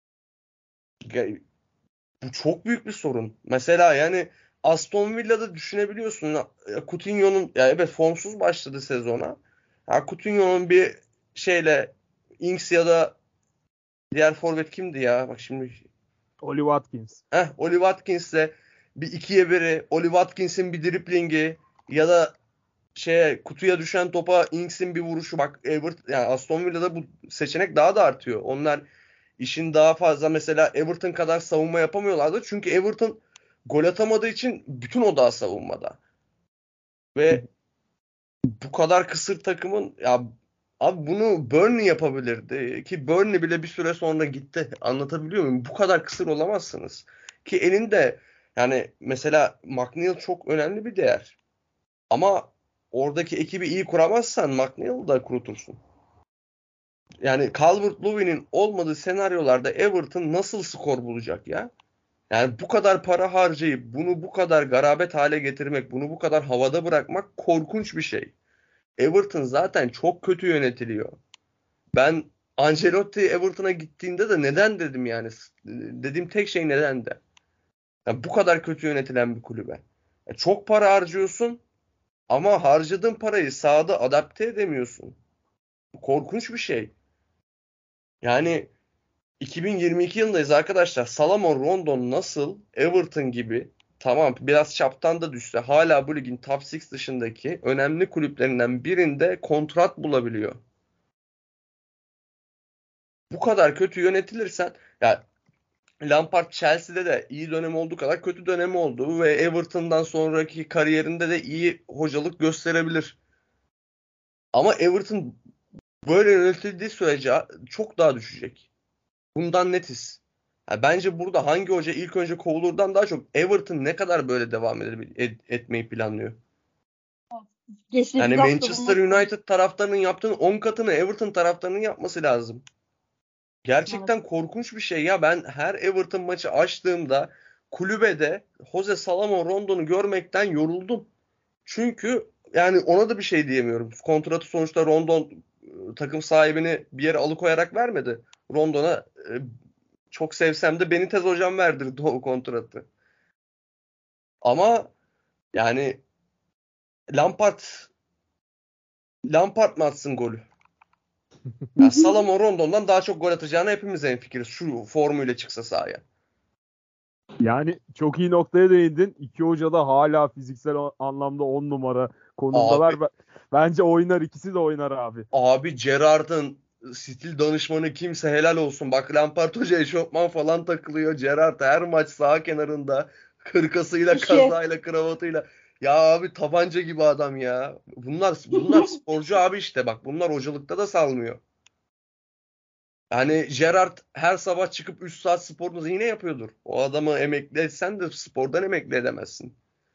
Bu çok büyük bir sorun. Mesela yani Aston Villa'da düşünebiliyorsun. Ya Coutinho'nun, ya evet, formsuz başladı sezona. Ya Coutinho'nun bir şeyle Ings ya da diğer forvet kimdi ya? Bak şimdi. Oli Watkins. Heh, Oli Watkins'le bir ikiye biri, Oli Watkins'in bir driblingi ya da şeye, kutuya düşen topa Ings'in bir vuruşu. Bak Everton, yani Aston Villa'da bu seçenek daha da artıyor. Onlar işin daha fazla, mesela Everton kadar savunma yapamıyorlardı. Çünkü Everton gol atamadığı için bütün odağı savunmada. Ve bu kadar kısır takımın, ya abi bunu Burnley yapabilirdi. Ki Burnley bile bir süre sonra gitti. Anlatabiliyor muyum? Bu kadar kısır olamazsınız. Ki elinde yani mesela McNeil çok önemli bir değer. Ama oradaki ekibi iyi kuramazsan McNeil'ı da kurutursun. Yani Calvert-Lewin'in olmadığı senaryolarda Everton nasıl skor bulacak ya? Yani bu kadar para harcayıp bunu bu kadar garabet hale getirmek, bunu bu kadar havada bırakmak korkunç bir şey. Everton zaten çok kötü yönetiliyor. Ben Ancelotti Everton'a gittiğinde de neden dedim yani. Dediğim tek şey neden de. Yani bu kadar kötü yönetilen bir kulübe. Ya çok para harcıyorsun ama harcadığın parayı sahada adapte edemiyorsun. Korkunç bir şey. Yani iki bin yirmi iki yılındayız arkadaşlar. Salomon Rondon nasıl Everton gibi, tamam biraz çaptan da düşse, hala bu ligin top altı dışındaki önemli kulüplerinden birinde kontrat bulabiliyor. Bu kadar kötü yönetilirsen, ya Lampard Chelsea'de de iyi dönemi olduğu kadar kötü dönemi oldu ve Everton'dan sonraki kariyerinde de iyi hocalık gösterebilir. Ama Everton böyle yönetildiği sürece çok daha düşecek. Bundan netiz. Ya bence burada hangi hoca ilk önce kovulurdan daha çok Everton ne kadar böyle devam ede- et, etmeyi planlıyor. Geçtiğimiz Yani hafta Manchester bunu United taraftarının yaptığının on katını Everton taraftarının yapması lazım. Gerçekten korkunç bir şey ya. Ben her Everton maçı açtığımda kulübede Jose Salomon Rondon'u görmekten yoruldum. Çünkü yani ona da bir şey diyemiyorum. Kontratı sonuçta Rondon e, takım sahibini bir yere alıkoyarak vermedi. Rondon'a e, çok sevsem de Benitez hocam verdirdi o kontratı. Ama yani Lampard Lampard mı atsın golü? Yani Salomon Rondon'dan daha çok gol atacağına hepimiz hemfikiriz. Şu formuyla çıksa sahaya. Yani çok iyi noktaya değindin. İki hoca da hala fiziksel o- anlamda on numara konumdalar. Abi, Be- Bence oynar, ikisi de oynar abi. abi Gerrard'ın stil danışmanı kimse helal olsun. Bak Lampard Hoca eşofman falan takılıyor. Gerrard her maç sağ kenarında. Hırkasıyla, İşi. kazayla, kravatıyla. Ya abi tabanca gibi adam ya. Bunlar bunlar sporcu abi işte. Bak bunlar hocalıkta da salmıyor. Yani Gerrard her sabah çıkıp üç saat sporunu yine yapıyordur. O adamı emekli etsen de spordan emekli edemezsin.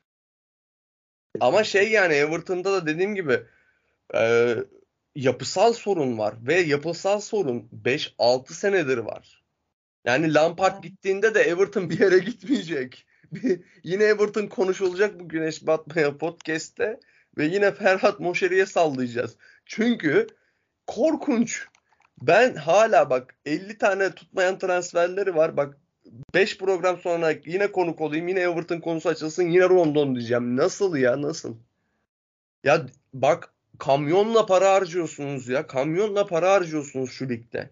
Ama şey yani Everton'da da dediğim gibi e, yapısal sorun var. Ve yapısal sorun beş altı senedir var. Yani Lampard Evet. gittiğinde de Everton bir yere gitmeyecek. Bir, yine Everton konuşulacak bu Güneş Batmaya podcast'te. Ve yine Ferhat Moşeri'ye sallayacağız. Çünkü korkunç. Ben hala bak elli tane tutmayan transferleri var. Bak beş program sonra yine konuk olayım. Yine Everton konusu açılsın. Yine Rondon diyeceğim. Nasıl ya nasıl? Ya bak kamyonla para harcıyorsunuz ya. Kamyonla para harcıyorsunuz şu ligde.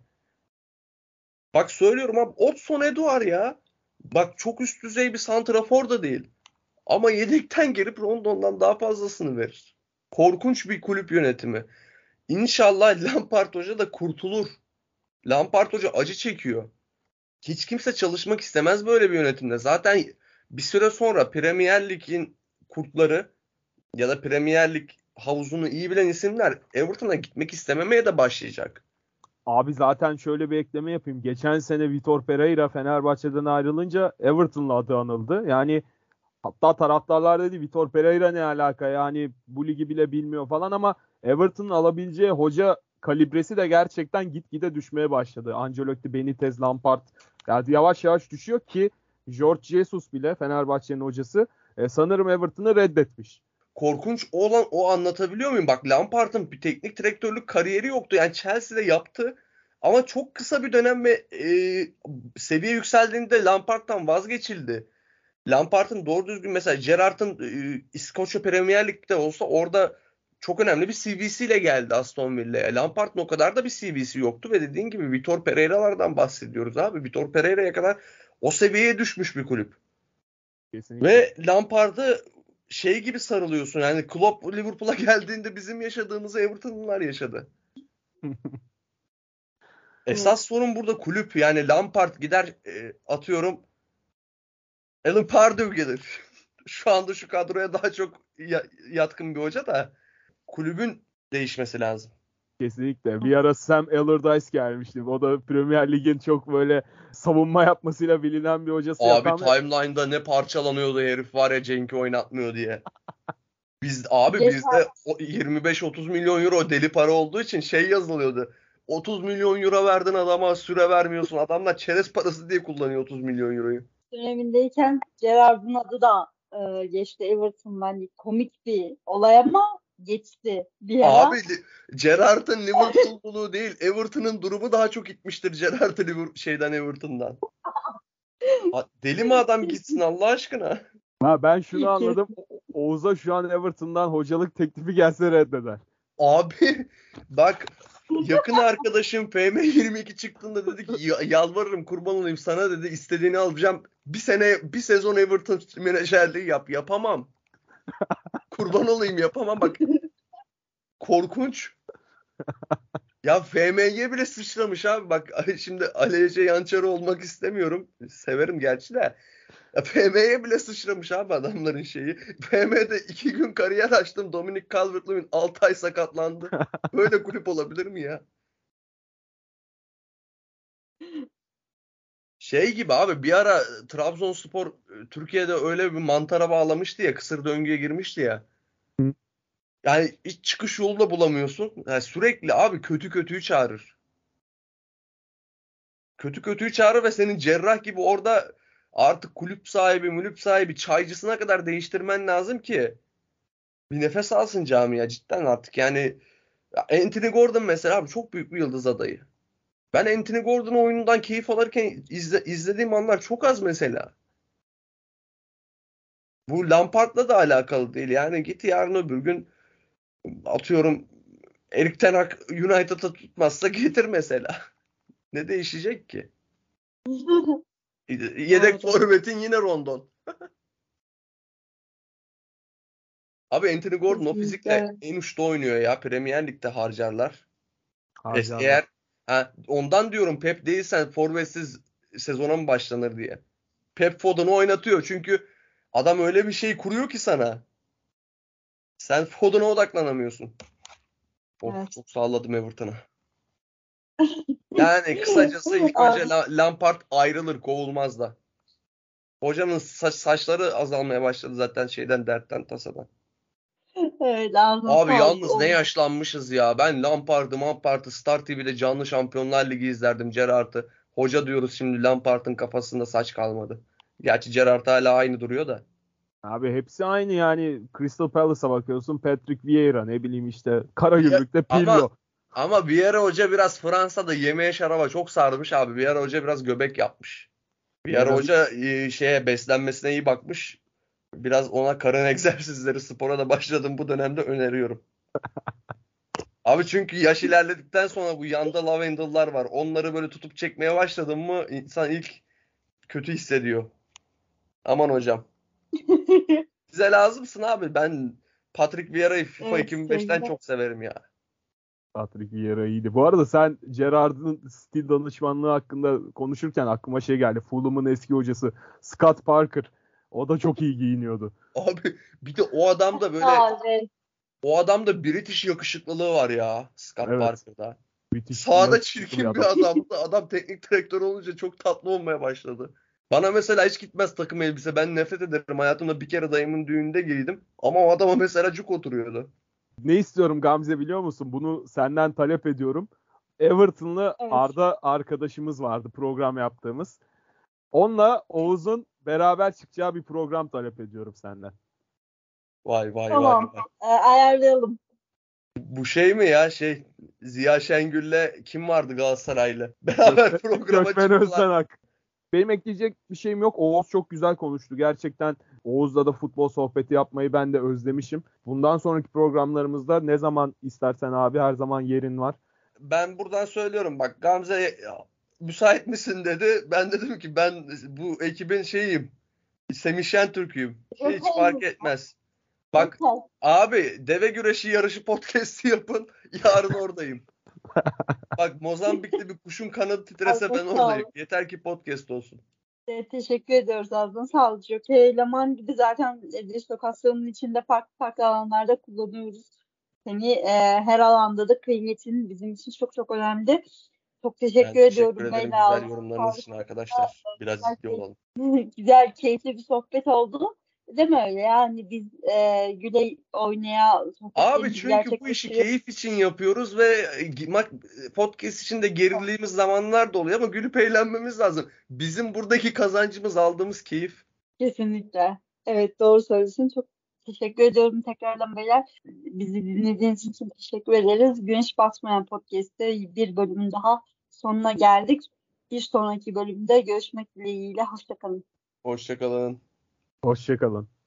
Bak söylüyorum abi Odson Eduar ya. Bak çok üst düzey bir santrafor da değil. Ama yedekten gelip Rondon'dan daha fazlasını verir. Korkunç bir kulüp yönetimi. İnşallah Lampard Hoca da kurtulur. Lampard Hoca acı çekiyor. Hiç kimse çalışmak istemez böyle bir yönetimde. Zaten bir süre sonra Premier Lig'in kurtları ya da Premier Lig havuzunu iyi bilen isimler Everton'a gitmek istememeye de başlayacak. Abi zaten şöyle bir ekleme yapayım. Geçen sene Vitor Pereira Fenerbahçe'den ayrılınca Everton'la adı anıldı. Yani hatta taraftarlar dedi Vitor Pereira ne alaka yani bu ligi bile bilmiyor falan ama Everton'un alabileceği hoca kalibresi de gerçekten gitgide düşmeye başladı. Ancelotti, Benitez, Lampard yani yavaş yavaş düşüyor ki Jorge Jesus bile Fenerbahçe'nin hocası e, sanırım Everton'ı reddetmiş. Korkunç olan o anlatabiliyor muyum? Bak Lampard'ın bir teknik direktörlük kariyeri yoktu. Yani Chelsea'de yaptı. Ama çok kısa bir dönem ve e, seviye yükseldiğinde Lampard'dan vazgeçildi. Lampard'ın doğru düzgün mesela Gerrard'ın e, İskoçya Premier Lig'de olsa orada çok önemli bir C V'siyle geldi Aston Villa'ya. Lampard'ın o kadar da bir C V'si yoktu ve dediğin gibi Vitor Pereira'lardan bahsediyoruz abi. Vitor Pereira'ya kadar o seviyeye düşmüş bir kulüp. Kesinlikle. Ve Lampard'ı şey gibi sarılıyorsun. Yani Klopp Liverpool'a geldiğinde bizim yaşadığımızı Everton'lar yaşadı. Evet. Esas sorun burada kulüp. Yani Lampard gider e, atıyorum Alan Pardew gelir. Şu anda şu kadroya daha çok ya- yatkın bir hoca da kulübün değişmesi lazım. Kesinlikle. Bir ara Sam Allardyce gelmişti. O da Premier Lig'in çok böyle savunma yapmasıyla bilinen bir hocası Abi yapan ve timeline'da ne parçalanıyordu herif var ya Cenk'i oynatmıyor diye. Biz abi Geçen bizde o yirmi beş otuz milyon euro deli para olduğu için şey yazılıyordu. otuz milyon euro verdin adama süre vermiyorsun. Adamlar çerez parası diye kullanıyor otuz milyon euroyu. dönemindeyken Gerrard'ın adı da e, geçti Everton'dan. Hani komik bir olay ama geçti bir Abi ara. Li- Gerrard'ın Liverpool'luluğu değil Everton'ın durumu daha çok gitmiştir Gerrard'ı Liver- şeyden Everton'dan. Ha, deli mi adam gitsin Allah aşkına? ha, ben şunu Kes- anladım. O- Oğuz'a şu an Everton'dan hocalık teklifi gelse reddeder. Abi bak yakın arkadaşım F M yirmi iki çıktığında dedi ki "Ya- yalvarırım kurban olayım sana dedi istediğini alacağım. Bir sene bir sezon Everton menajerliği yap. Yapamam. Kurban olayım yapamam bak korkunç. Ya F M Y bile sıçramış abi bak şimdi Ali Ece Yançarı olmak istemiyorum. Severim gerçi de. Ya F M'ye bile sıçramış abi adamların şeyi. F M'de iki gün kariyer açtım. Dominic Calvert-Lewin altı ay sakatlandı. Böyle kulüp olabilir mi ya? Şey gibi abi bir ara Trabzonspor e, Türkiye'de öyle bir mantara bağlamıştı ya. Kısır döngüye girmişti ya. Hı. Yani hiç çıkış yolu da bulamıyorsun. Yani sürekli abi kötü kötüyü çağırır. Kötü kötüyü çağırır ve senin cerrah gibi orada artık kulüp sahibi, mülüp sahibi, çaycısına kadar değiştirmen lazım ki bir nefes alsın camia cidden artık. Yani ya Anthony Gordon mesela abi çok büyük bir yıldız adayı. Ben Anthony Gordon'un oyunundan keyif alırken izle, izlediğim anlar çok az mesela. Bu Lampard'la da alakalı değil. Yani git yarın öbür gün atıyorum Erik Ten Hag United'a tutmazsa getir mesela. Ne değişecek ki? Yedek Doğru. forvetin yine Rondon. Abi Anthony Gordon o fizikle Kesinlikle. en uçta oynuyor ya. Premier Lig'de harcarlar. Es- Eğer Harcarlar. Ha, ondan diyorum Pep değilsen forvetsiz sezona mı başlanır diye. Pep Foden'ı oynatıyor çünkü adam öyle bir şey kuruyor ki sana. Sen Foden'a odaklanamıyorsun. Of, Evet. çok salladım Everton'a. Yani kısacası ilk önce Abi, La- Lampard ayrılır, kovulmaz da. Hocanın saç, saçları azalmaya başladı zaten şeyden, dertten, tasadan. evet, ağzına Abi sağlık. yalnız ne O, yaşlanmışız ya. Ben Lampard'ı, Lampard'ı Star T V'de canlı Şampiyonlar Ligi izlerdim, Gerrard'ı. Hoca diyoruz şimdi, Lampard'ın kafasında saç kalmadı. Gerçi Gerrard hala aynı duruyor da. Abi hepsi aynı yani. Crystal Palace'a bakıyorsun, Patrick Vieira, ne bileyim işte Bir, Karagümrük'te ama Pirlo. ama bir ara hoca biraz Fransa'da yemeğe şaraba çok sarmış abi. Bir ara hoca biraz göbek yapmış. Bir ara Neden? hoca e, şeye, beslenmesine iyi bakmış. Biraz ona karın egzersizleri, spora da başladım bu dönemde, öneriyorum. Abi çünkü yaş ilerledikten sonra bu yanda lavendel'lar var. Onları böyle tutup çekmeye başladın mı insan ilk kötü hissediyor. Aman hocam. Bize lazımsın abi. Ben Patrick Vieira'yı FIFA evet, iki bin beşten sevgiler. çok severim ya. Patrick Vieira iyiydi. Bu arada sen Gerrard'ın stil danışmanlığı hakkında konuşurken aklıma şey geldi. Fulham'ın eski hocası Scott Parker. O da çok iyi giyiniyordu. Abi bir de o adam da böyle, Aa, evet. o adam da British yakışıklılığı var ya, Scott Evet. Parker'da. Müthiş, Sağda yakışıklı bir çirkin adam. bir adamdı. Adam teknik direktör olunca çok tatlı olmaya başladı. Bana mesela hiç gitmez takım elbise. Ben nefret ederim. Hayatımda bir kere dayımın düğününde giydim. Ama o adama mesela cuk oturuyordu. Ne istiyorum Gamze biliyor musun? Bunu senden talep ediyorum. Everton'lı Evet. Arda arkadaşımız vardı, program yaptığımız. Onunla Oğuz'un beraber çıkacağı bir program talep ediyorum senden. Vay vay vay Tamam. vay. Ee, ayarlayalım. Bu şey mi ya, şey, Ziya Şengül'le kim vardı Galatasaraylı? Beraber Gökmen, programa Gökmen çıktılar. Özdenak. Benim ekleyecek bir şeyim yok. Oğuz çok güzel konuştu. Gerçekten Oğuz'la da futbol sohbeti yapmayı ben de özlemişim. Bundan sonraki programlarımızda ne zaman istersen abi, her zaman yerin var. Ben buradan söylüyorum bak, Gamze müsait misin dedi. Ben dedim ki ben bu ekibin şeyiyim. Semih Şentürk'üyüm. Çok Hiç fark oldu. etmez. Çok Bak oldu. abi, deve güreşi yarışı podcast'i yapın. Yarın oradayım. Bak Mozambik'te bir kuşun kanadı titrese Ağzına ben oradayım. sağlık. Yeter ki podcast olsun. Ee, teşekkür ediyoruz, ağzına sağlık. Jockey eleman gibi zaten e, dislokasyonun içinde farklı farklı alanlarda kullanıyoruz. Seni e, her alanda da kıymetin bizim için çok çok önemli. Çok Ben teşekkür teşekkür ediyorum ederim beyler. güzel Ağzına yorumlarınız sağlık. için arkadaşlar. Biraz Güzel, ciddi olalım. keyifli, güzel, keyifli bir sohbet oldu. Değil mi öyle? Yani biz e, güle oynaya Abi sohbetlerimizi çünkü bu işi gerçekleştiriyoruz. keyif için yapıyoruz ve podcast için de gerildiğimiz zamanlar da oluyor ama gülüp eğlenmemiz lazım. Bizim buradaki kazancımız aldığımız keyif. Kesinlikle. Evet, doğru söylüyorsun. Çok teşekkür ediyorum tekrardan beyler. Bizi dinlediğiniz için teşekkür ederiz. Güneş Batmayan Podcast'te bir bölümün daha sonuna geldik. Bir sonraki bölümde görüşmek dileğiyle. Hoşça kalın. Hoşça kalın. Hoşça kalın.